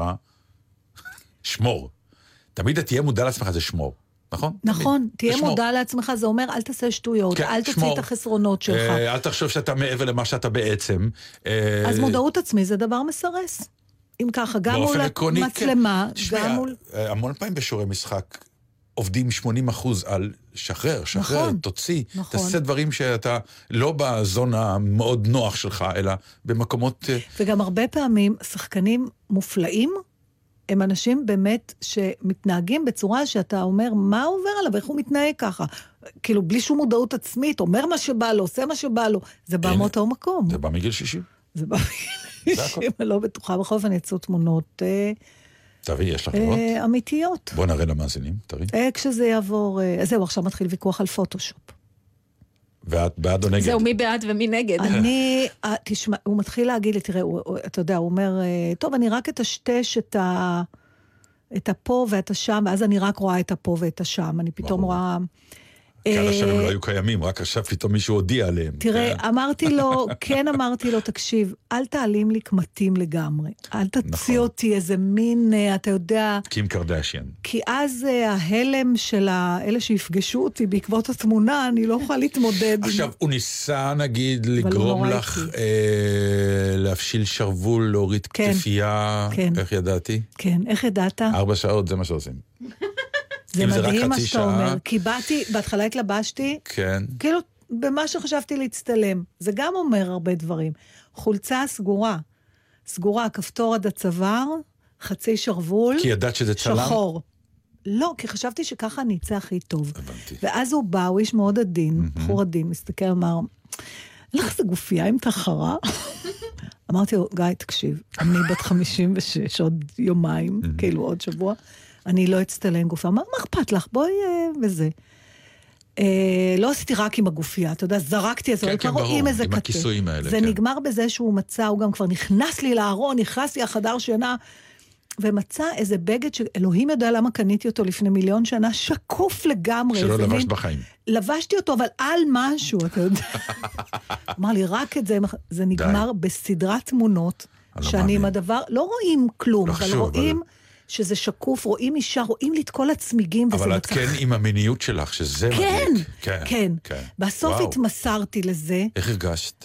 שמור. תמיד תהיה מודע לעצמך, זה שמור. נכון? נכון, תהיה מודע לעצמך, זה אומר, אל תעשה שטויות, אל תוציא את החסרונות שלך. אל תחשוב שאתה מעבר למה שאתה בעצם. אז מודעות עצמי זה דבר מסרס. אם ככה, גם מול מצלמה, גם מול... המון פעמים בשיעורי משחק עובדים 80% על שחרר, תוציא, תעשה דברים שאתה לא בזונה מאוד נוח שלך, אלא במקומות... וגם הרבה פעמים שחקנים מופלאים, הם אנשים באמת שמתנהגים בצורה שאתה אומר, מה עובר עליו, איך הוא מתנהג ככה? כאילו, בלי שום מודעות עצמית, אומר מה שבא לו, עושה מה שבא לו, זה בא מאותו מקום. זה בא מגיל 60. זה בא מגיל 60, אני לא בטוחה, בכל אופן יצאו תמונות... תראי, יש לך תמונות? אמיתיות. בוא נראה למאזינים, תראי. כשזה יעבור... זהו, עכשיו מתחיל ויכוח על פוטושופ. ואת בעד או נגד? זהו, מי בעד ומי נגד? תשמע, הוא מתחיל להגיד לי, תראה, אתה יודע, הוא אומר, טוב, אני רק אטשטש את הפה ואת השם, ואז אני רק רואה את הפה ואת השם, אני פתאום רואה... כאלה שהם לא היו קיימים, רק עכשיו פתאום מישהו הודיע עליהם. תראה, אמרתי לו, תקשיב, אל תעלים לי קמטים לגמרי, אל תציע אותי איזה מין, אתה יודע... קים קרדשיין. כי אז ההלם של אלה שיפגשו אותי בעקבות התמונה, אני לא יכולה להתמודד. עכשיו, הוא ניסה, נגיד, לגרום לך להפשיל שרוול, להוריד כתפייה, איך ידעתי? כן, איך ידעת? 4 שעות, זה מה שעושים. זה מדהים מה שאתה אומר, כי בהתחלה התלבשתי, כן. כאילו במה שחשבתי להצטלם, זה גם אומר הרבה דברים. חולצה סגורה, כפתור עד הצוואר, חצי שרוול, כי ידעת שזה צלם? שחור. לא, כי חשבתי שככה אני אצא הכי טוב. ואז הוא בא, הוא איש מאוד עדין, בחור עדין, מסתכל, אמר, אין לך זה גופייה עם תחרה? אמרתי לו, גיא, תקשיב, אני בת 56, עוד יומיים, כאילו עוד שבוע, אני לא אצטלם גופה, מה אכפת לך? בואי וזה. לא עשיתי רק עם הגופייה, אתה יודע, זרקתי את זה, כן, ברור, עם הכיסויים האלה. זה נגמר בזה שהוא מצא, הוא גם כבר נכנס לי לארון, נכנס לי החדר שינה, ומצא איזה בגד שאלוהים יודע למה קניתי אותו לפני 1,000,000 שנה, שקוף לגמרי. שלא לבשת בחיים. לבשתי אותו, אבל על משהו, אתה יודע. אמר לי, רק את זה, זה נגמר בסדרת תמונות, שאני עם הדבר, לא רואים כלום, אבל רואים... שזה שקוף, רואים אישה, רואים לי את כל הצמיגים, אבל את כן עם המיניות שלך, שזה מדליק. כן. בסוף התמסרתי לזה. איך הרגשת?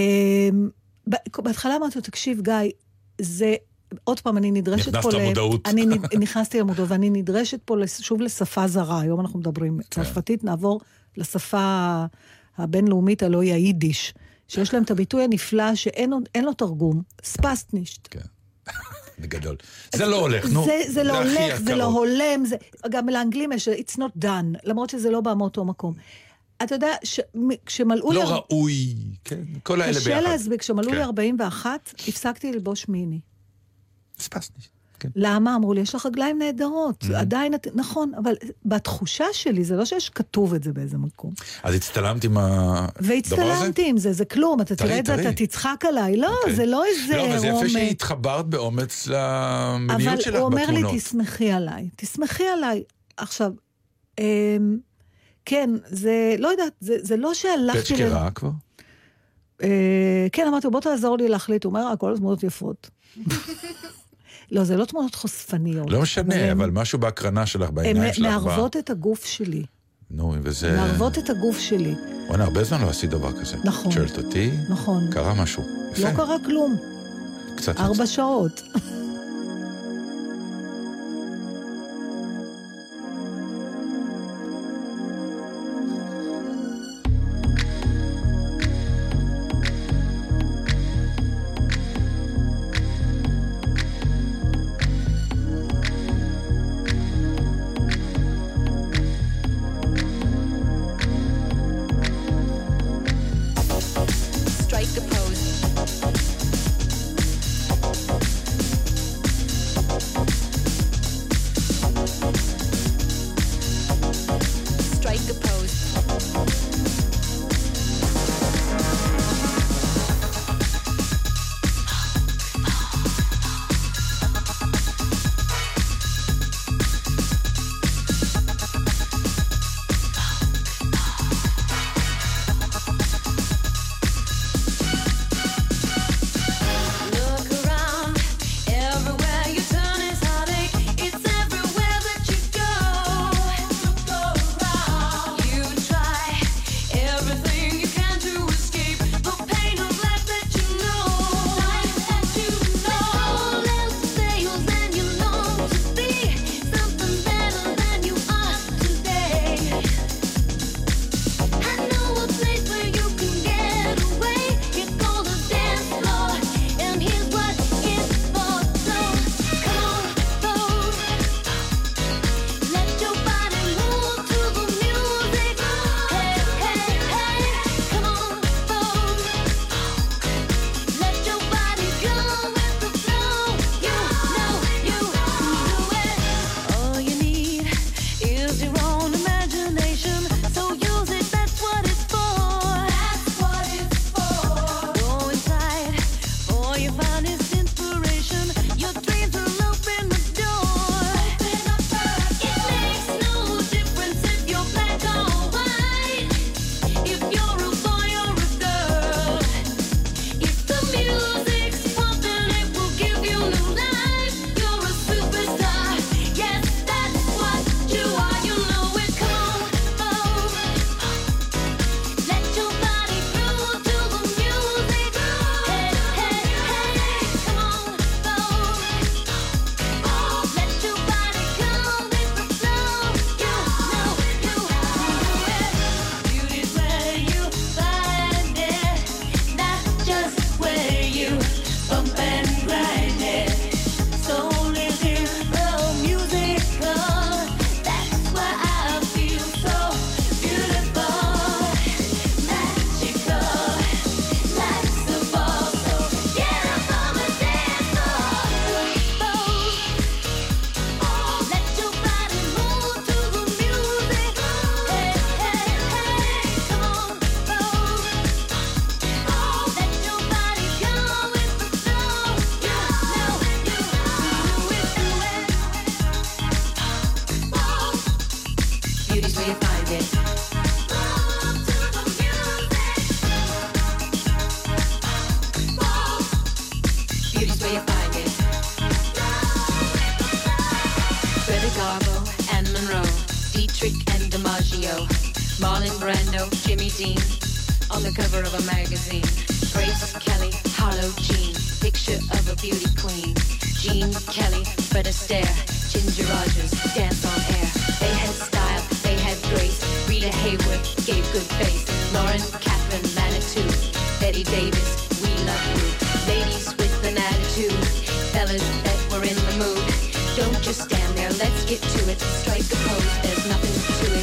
בהתחלה אמרתי, תקשיב גיא, זה, עוד פעם אני נדרשת פה... נכנסת למודעות. נכנסתי למודעות, ואני נדרשת פה שוב לשפה זרה, היום אנחנו מדברים צרפתית, נעבור לשפה הבינלאומית הלא היא היידיש, שיש להם את הביטוי הנפלא שאין לו תרגום, ספסטנישט. כן. בגדול. זה לא הולך, נו. זה לא הולך, זה לא הולם, גם לאנגלים יש, it's not done, למרות שזה לא בא מאותו מקום. אתה יודע, כשמלאו לי... לא ראוי, כן, כל האלה ביחד. קשה להסביק, כשמלאו לי 41, הפסקתי ללבוש מיני. ספסניסט. למה? אמרו לי, יש לך רגליים נהדרות. עדיין, נכון, אבל בתחושה שלי, זה לא שיש כתוב את זה באיזה מקום. אז הצטלמת עם הדבר הזה? והצטלמתי עם זה, זה כלום. אתה תראה את זה, אתה תצחק עליי. לא, זה לא איזה... לא, אבל זה יפה שהתחברת באומץ למיניות שלך בתמונות. אבל הוא אומר לי, תשמחי עליי. תשמחי עליי. עכשיו, כן, זה, לא יודעת, זה לא שהלכתי... תשכרה כבר? כן, אמרתי, בוא תעזור לי להחליט. הוא אומר, כל הזמנות יפות. לא, זה לא תמונות חושפניות. לא משנה, אבל משהו בהקרנה שלך, בעיניים שלך. הן מערבות את הגוף שלי. נו, וזה... מערבות את הגוף שלי. וואנה, הרבה זמן לא עשית דבר כזה. נכון. שואלת אותי, נכון. קרה משהו. יפה. לא קרה כלום. קצת 4 שעות. Marlon Brando, Jimmy Dean, on the cover of a magazine. Grace Kelly, Harlow Jean, picture of a beauty queen. Jean Kelly, Fred Astaire, Ginger Rogers, dance on air. They had style, they had grace. Rita Georgia Hayward gave good face. Lauren, Catherine, Manitou, Betty Davis, we love you. Ladies with an attitude, fellas that were in the mood. Don't just stand there, let's get to it. Strike the pose, there's nothing to it.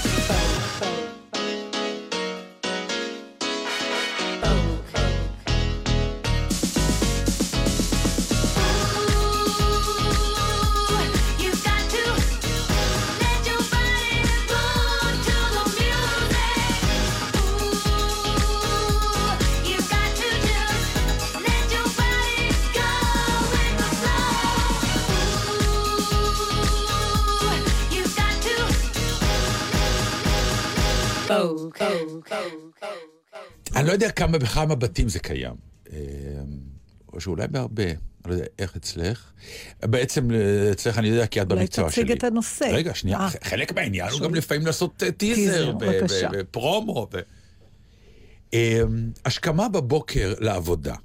אני לא יודע כמה בכמה בתים זה קיים. או שאולי בהרבה. אני לא יודע איך אצלך. בעצם אצלך אני יודע כי את במקצוע שלי. אולי תציג את הנושא. רגע, שנייה. חלק מהעניין הוא גם לפעמים לעשות טיזר ופרומו. השכמה בבוקר לעבודה.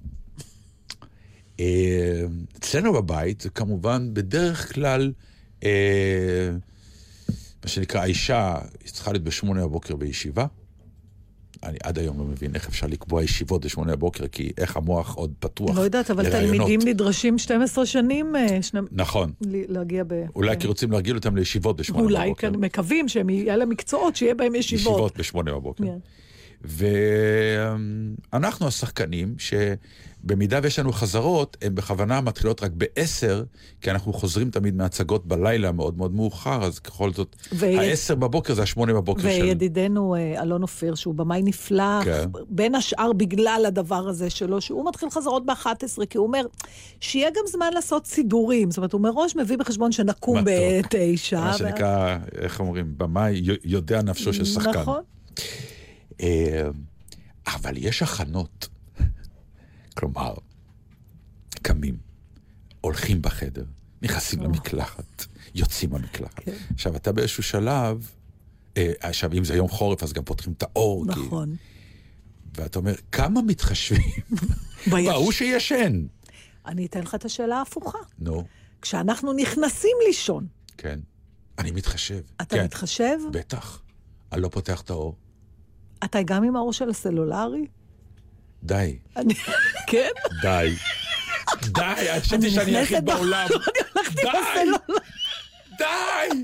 אצלנו בבית זה כמובן בדרך כלל מה שנקרא, האישה צריכה להיות ב8 בבוקר בישיבה. אני עד היום לא מבין איך אפשר לקבוע ישיבות ב8 בבוקר, כי איך המוח עוד פתוח. לא יודעת, אבל תלמידים נדרשים 12 שנים נכון. להגיע אולי כי רוצים להרגיל אותם לישיבות ב8 בבוקר. אולי מקווים שהם יהיה להם מקצועות, שיהיה בהם ישיבות. ישיבות ב8 בבוקר. ואנחנו השחקנים שבמידה ויש לנו חזרות, הם בכוונה מתחילות רק ב10, כי אנחנו חוזרים תמיד מהצגות בלילה מאוד מאוד מאוחר, אז ככל זאת, 10 בבוקר זה 8 בבוקר של... וידידנו אלון אופיר, שהוא במאי נפלא, בין השאר בגלל הדבר הזה שלו, שהוא מתחיל חזרות ב11, כי הוא אומר, שיהיה גם זמן לעשות סידורים, זאת אומרת, הוא מראש מביא בחשבון שנקום ב9. מה שנקרא, איך אומרים, במאי יודע נפשו של שחקן. נכון. אבל יש הכנות, כלומר, קמים, הולכים בחדר, נכנסים למקלחת, יוצאים למקלחת. עכשיו, אתה באיזשהו שלב, עכשיו, אם זה יום חורף, אז גם פותחים את האור. נכון. ואתה אומר, כמה מתחשבים? והוא שישן. אני אתן לך את השאלה ההפוכה. נו. כשאנחנו נכנסים לישון. כן. אני מתחשב. אתה מתחשב? בטח. אני לא פותח את האור. אתה גם עם האור של הסלולרי? די. כן? די. די, חשבתי שאני היחיד בעולם. די! די!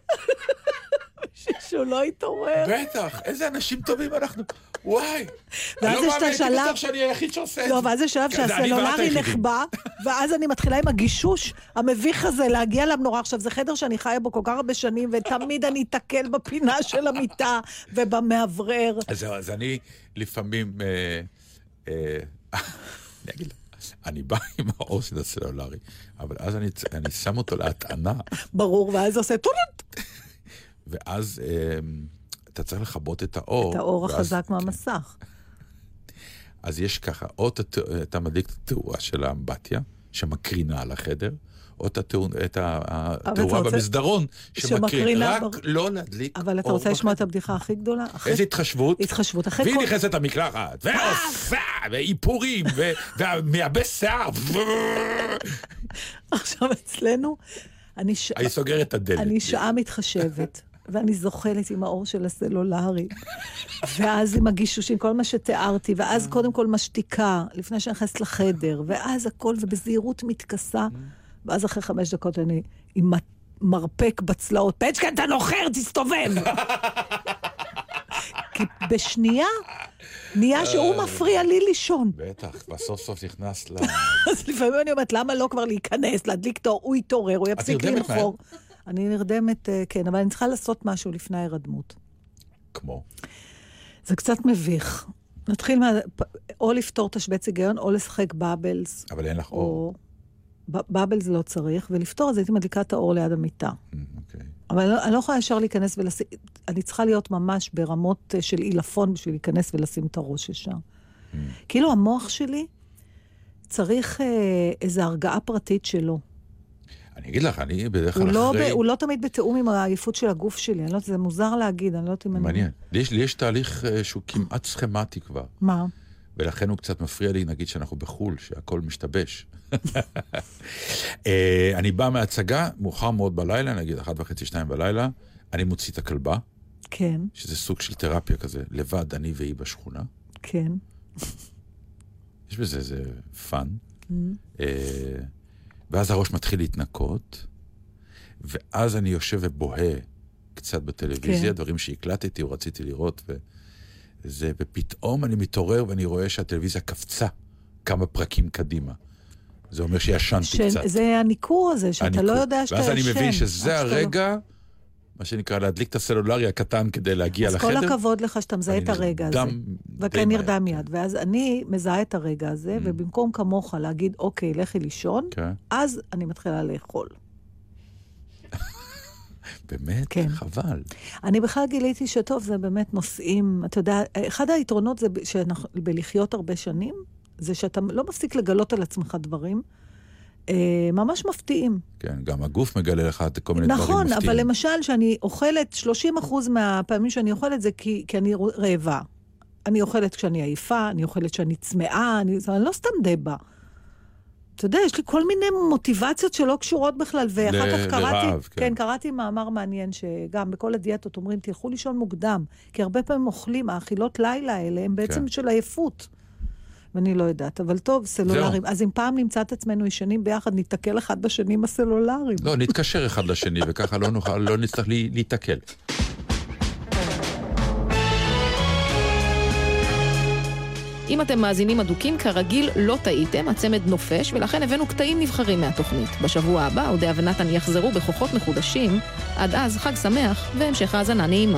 שהוא לא יתעורר. בטח, איזה אנשים טובים אנחנו. וואי. ואז יש את השלב... שאני היחיד שעושה את לא, ואז יש שלב שהסלולרי נחבא, ואז אני מתחילה עם הגישוש המביך הזה להגיע למנורה. עכשיו, זה חדר שאני חיה בו כל כך הרבה שנים, ותמיד אני אתקל בפינה של המיטה ובמעברר. אז אני לפעמים... אני אגיד לך, אני בא עם האור של הסלולרי, אבל אז אני שם אותו להטענה. ברור, ואז עושה טוט. ואז אתה צריך לחבות את האור. את האור החזק מהמסך. אז יש ככה, או אתה מדליק את התאורה של האמבטיה, שמקרינה על החדר, או את התאורה במסדרון, שמקרינה, רק לא להדליק אור. אבל אתה רוצה לשמוע את הבדיחה הכי גדולה? איזו התחשבות? התחשבות. והיא נכנסת למקלחת, ועושה, ואיפורים, ומייבש שיער. עכשיו אצלנו, אני סוגרת את הדלת. אני שעה מתחשבת. ואני זוחלת עם האור של הסלולרי, ואז עם הגישושים, כל מה שתיארתי, ואז קודם כל משתיקה, לפני שאני נכנסת לחדר, ואז הכל, ובזהירות מתכסה, ואז אחרי 5 דקות אני עם מרפק בצלעות, פצ'קן, אתה נוחר, תסתובב! כי בשנייה, נהיה שהוא מפריע לי לישון. בטח, בסוף סוף נכנס ל... אז לפעמים אני אומרת, למה לא כבר להיכנס, להדליק תור, הוא יתעורר, הוא יפסיק לנחור. אני נרדמת, כן, אבל אני צריכה לעשות משהו לפני ההירדמות. כמו? זה קצת מביך. נתחיל או לפתור תשבץ היגיון, או לשחק בבלס. אבל אין לך אור. בבלס לא צריך, ולפתור את זה, הייתי מדליקה את האור ליד המיטה. אבל אני לא יכולה ישר להיכנס ולשים, אני צריכה להיות ממש ברמות של אילפון בשביל להיכנס ולשים את הראש ישר. כאילו המוח שלי צריך איזו הרגעה פרטית שלו. אני אגיד לך, אני בדרך כלל אחרי... הוא לא תמיד בתאום עם העייפות של הגוף שלי, אני לא יודעת, זה מוזר להגיד, אני לא יודעת אם אני... מעניין. יש תהליך שהוא כמעט סכמטי כבר. מה? ולכן הוא קצת מפריע לי, נגיד שאנחנו בחול, שהכל משתבש. אני בא מהצגה, מאוחר מאוד בלילה, נגיד 1:30-2 בלילה, אני מוציא את הכלבה. כן. שזה סוג של תרפיה כזה, לבד, אני והיא בשכונה. כן. יש בזה איזה פן. ואז הראש מתחיל להתנקות, ואז אני יושב ובוהה קצת בטלוויזיה, כן. דברים שהקלטתי או רציתי לראות, ופתאום אני מתעורר ואני רואה שהטלוויזיה קפצה כמה פרקים קדימה. זה אומר שישנתי קצת. זה הניקור הזה, שאתה לא יודע שאתה ישן. ואז אני מבין שזה הרגע, מה שנקרא, להדליק את הסלולרי הקטן כדי להגיע לחדר. אז כל הכבוד לך שאתה מזהה את הרגע הזה. וכן נרדם מיד. ואז אני מזהה את הרגע הזה, ובמקום כמוך להגיד, אוקיי, לכי לישון, אז אני מתחילה לאכול. באמת? כן. חבל. אני בכלל גיליתי שטוב, זה באמת נושאים, אתה יודע, אחד היתרונות זה בלחיות הרבה שנים, זה שאתה לא מפסיק לגלות על עצמך דברים, ממש מפתיעים. כן, גם הגוף מגלה לך כל מיני דברים מפתיעים. נכון, אבל למשל שאני אוכלת, 30% מהפעמים שאני אוכלת זה כי אני רעבה. אני אוכלת כשאני עייפה, אני אוכלת כשאני צמאה, אני לא סתם דבה. אתה יודע, יש לי כל מיני מוטיבציות שלא קשורות בכלל, ואחר כך קראתי, כן, קראתי מאמר מעניין שגם בכל הדיאטות אומרים, תלכו לישון מוקדם, כי הרבה פעמים אוכלים, האכילות לילה האלה, הם בעצם של עייפות. ואני לא יודעת, אבל טוב, סלולרים. אז אם פעם נמצא את עצמנו ישנים ביחד, נתקל אחד בשני עם הסלולרים. לא, נתקשר אחד לשני, וככה לא נצטרך להתקל. אם אתם מאזינים אדוקים, כרגיל לא טעיתם, הצמד נופש, ולכן הבאנו קטעים נבחרים מהתוכנית. בשבוע הבא, אודיה ונתן יחזרו בכוחות מחודשים. עד אז, חג שמח והמשך האזנה נעימה.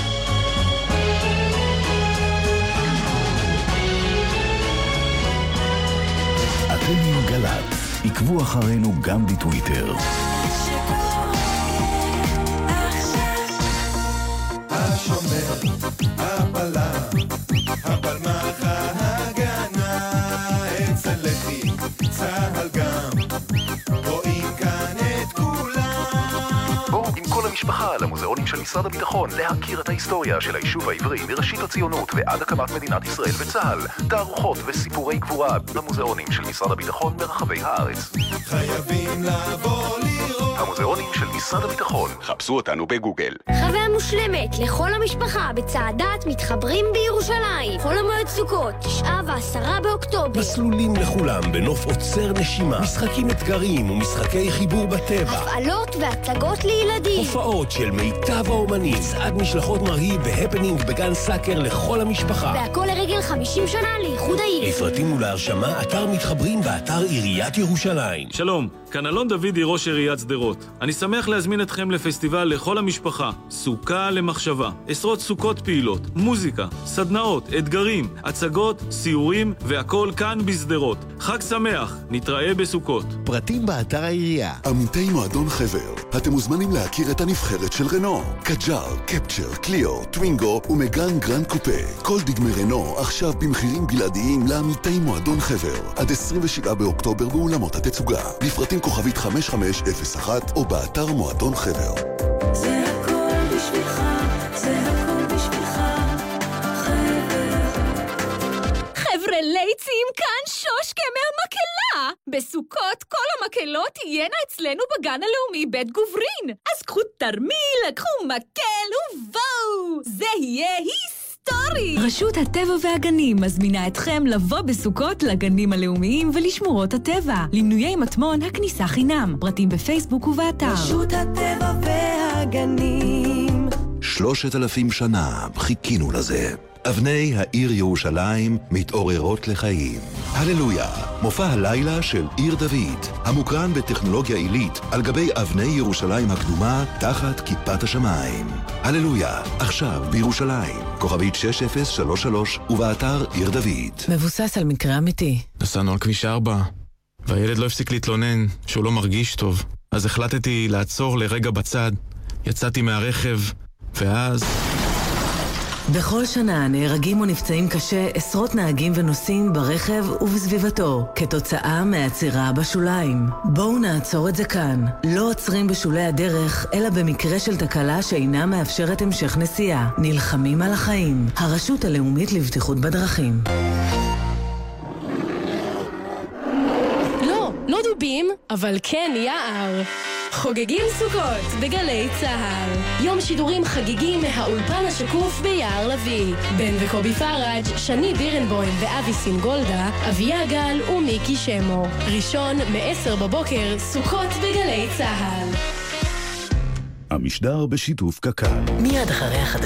אתם עם גל"צ, עקבו אחרינו גם בטוויטר. השומר, הבלם, הבלמח ההגנה, אצל לחי, צהל גם, רואים כאן את כולם. בואו עם כל המשפחה למוזיאונים של משרד הביטחון להכיר את ההיסטוריה של היישוב העברי מראשית הציונות ועד הקמת מדינת ישראל וצה"ל, תערוכות וסיפורי גבורה במוזיאונים של משרד הביטחון ברחבי הארץ. חייבים לבוא לראות המוזיאונים של משרד הביטחון. חפשו אותנו בגוגל. חוויה מושלמת לכל המשפחה בצעדת מתחברים בירושלים. חול המועד סוכות, 9 ו10 באוקטובר. מסלולים לכולם בנוף עוצר נשימה, משחקים אתגריים ומשחקי חיבור בטבע, הפעלות והצגות לילדים, הופעות של מיטב האומנים, צעד משלחות מרהיב והפנינג בגן סאקר לכל המשפחה, והכל לרגל 50 שנה לאיחוד העיר. לפרטים ולהרשמה אתר מתחברים באתר עיריית ירושלים. שלום, כאן אלון דוידי, ראש עיריית שדרות. אני שמח להזמין אתכם לפסטיבל לכל המשפחה, סוכה למחשבה. עשרות סוכות פעילות, מוזיקה, סדנאות, אתגרים, הצגות, סיורים, והכל כאן בשדרות. חג שמח, נתראה בסוכות. פרטים באתר העירייה. עמיתי מועדון חבר, אתם מוזמנים להכיר את הנבחרת של רנו. קג'אר, קפצ'ר, קליו, טווינגו ומגן גרנד קופה. כל דגמי רנו עכשיו במחירים בלעדיים לעמיתי מועדון חבר. עד 27 באוקטובר באולמות התצוגה. לפרטים כוכבית 5501 או באתר מועדון חבר. זה הכל בשבילך, זה הכל בשבילך, חבר. חבר'ה ליצים, כאן שושקה מהמקהלה. בסוכות כל המקהלות תהיינה אצלנו בגן הלאומי בית גוברין. אז קחו תרמיל, קחו מקל ובואו. זה יהיה היסטורי. רשות הטבע והגנים מזמינה אתכם לבוא בסוכות לגנים הלאומיים ולשמורות הטבע. למנויי מטמון הכניסה חינם. פרטים בפייסבוק ובאתר. רשות הטבע והגנים. 3,000 שנה חיכינו לזה. אבני העיר ירושלים מתעוררות לחיים. הללויה, מופע הלילה של עיר דוד, המוקרן בטכנולוגיה עילית על גבי אבני ירושלים הקדומה תחת כיפת השמיים. הללויה, עכשיו בירושלים, כוכבית 6033 ובאתר עיר דוד. מבוסס על מקרה אמיתי. נסענו על כביש 4, והילד לא הפסיק להתלונן שהוא לא מרגיש טוב. אז החלטתי לעצור לרגע בצד, יצאתי מהרכב, ואז... בכל שנה נהרגים ונפצעים קשה עשרות נהגים ונוסעים ברכב ובסביבתו, כתוצאה מהעצירה בשוליים. בואו נעצור את זה כאן. לא עוצרים בשולי הדרך, אלא במקרה של תקלה שאינה מאפשרת המשך נסיעה. נלחמים על החיים. הרשות הלאומית לבטיחות בדרכים. לא דובים, אבל כן יער. חוגגים סוכות בגלי צהל. יום שידורים חגיגי מהאולפן השקוף ביער לוי. בן וקובי פראג', שני בירנבוים ואבי סינגולדה, אביה גל ומיקי שמו. ראשון מ-10 בבוקר, סוכות בגלי צהל. המשדר בשיתוף קק"ל. מיד אחרי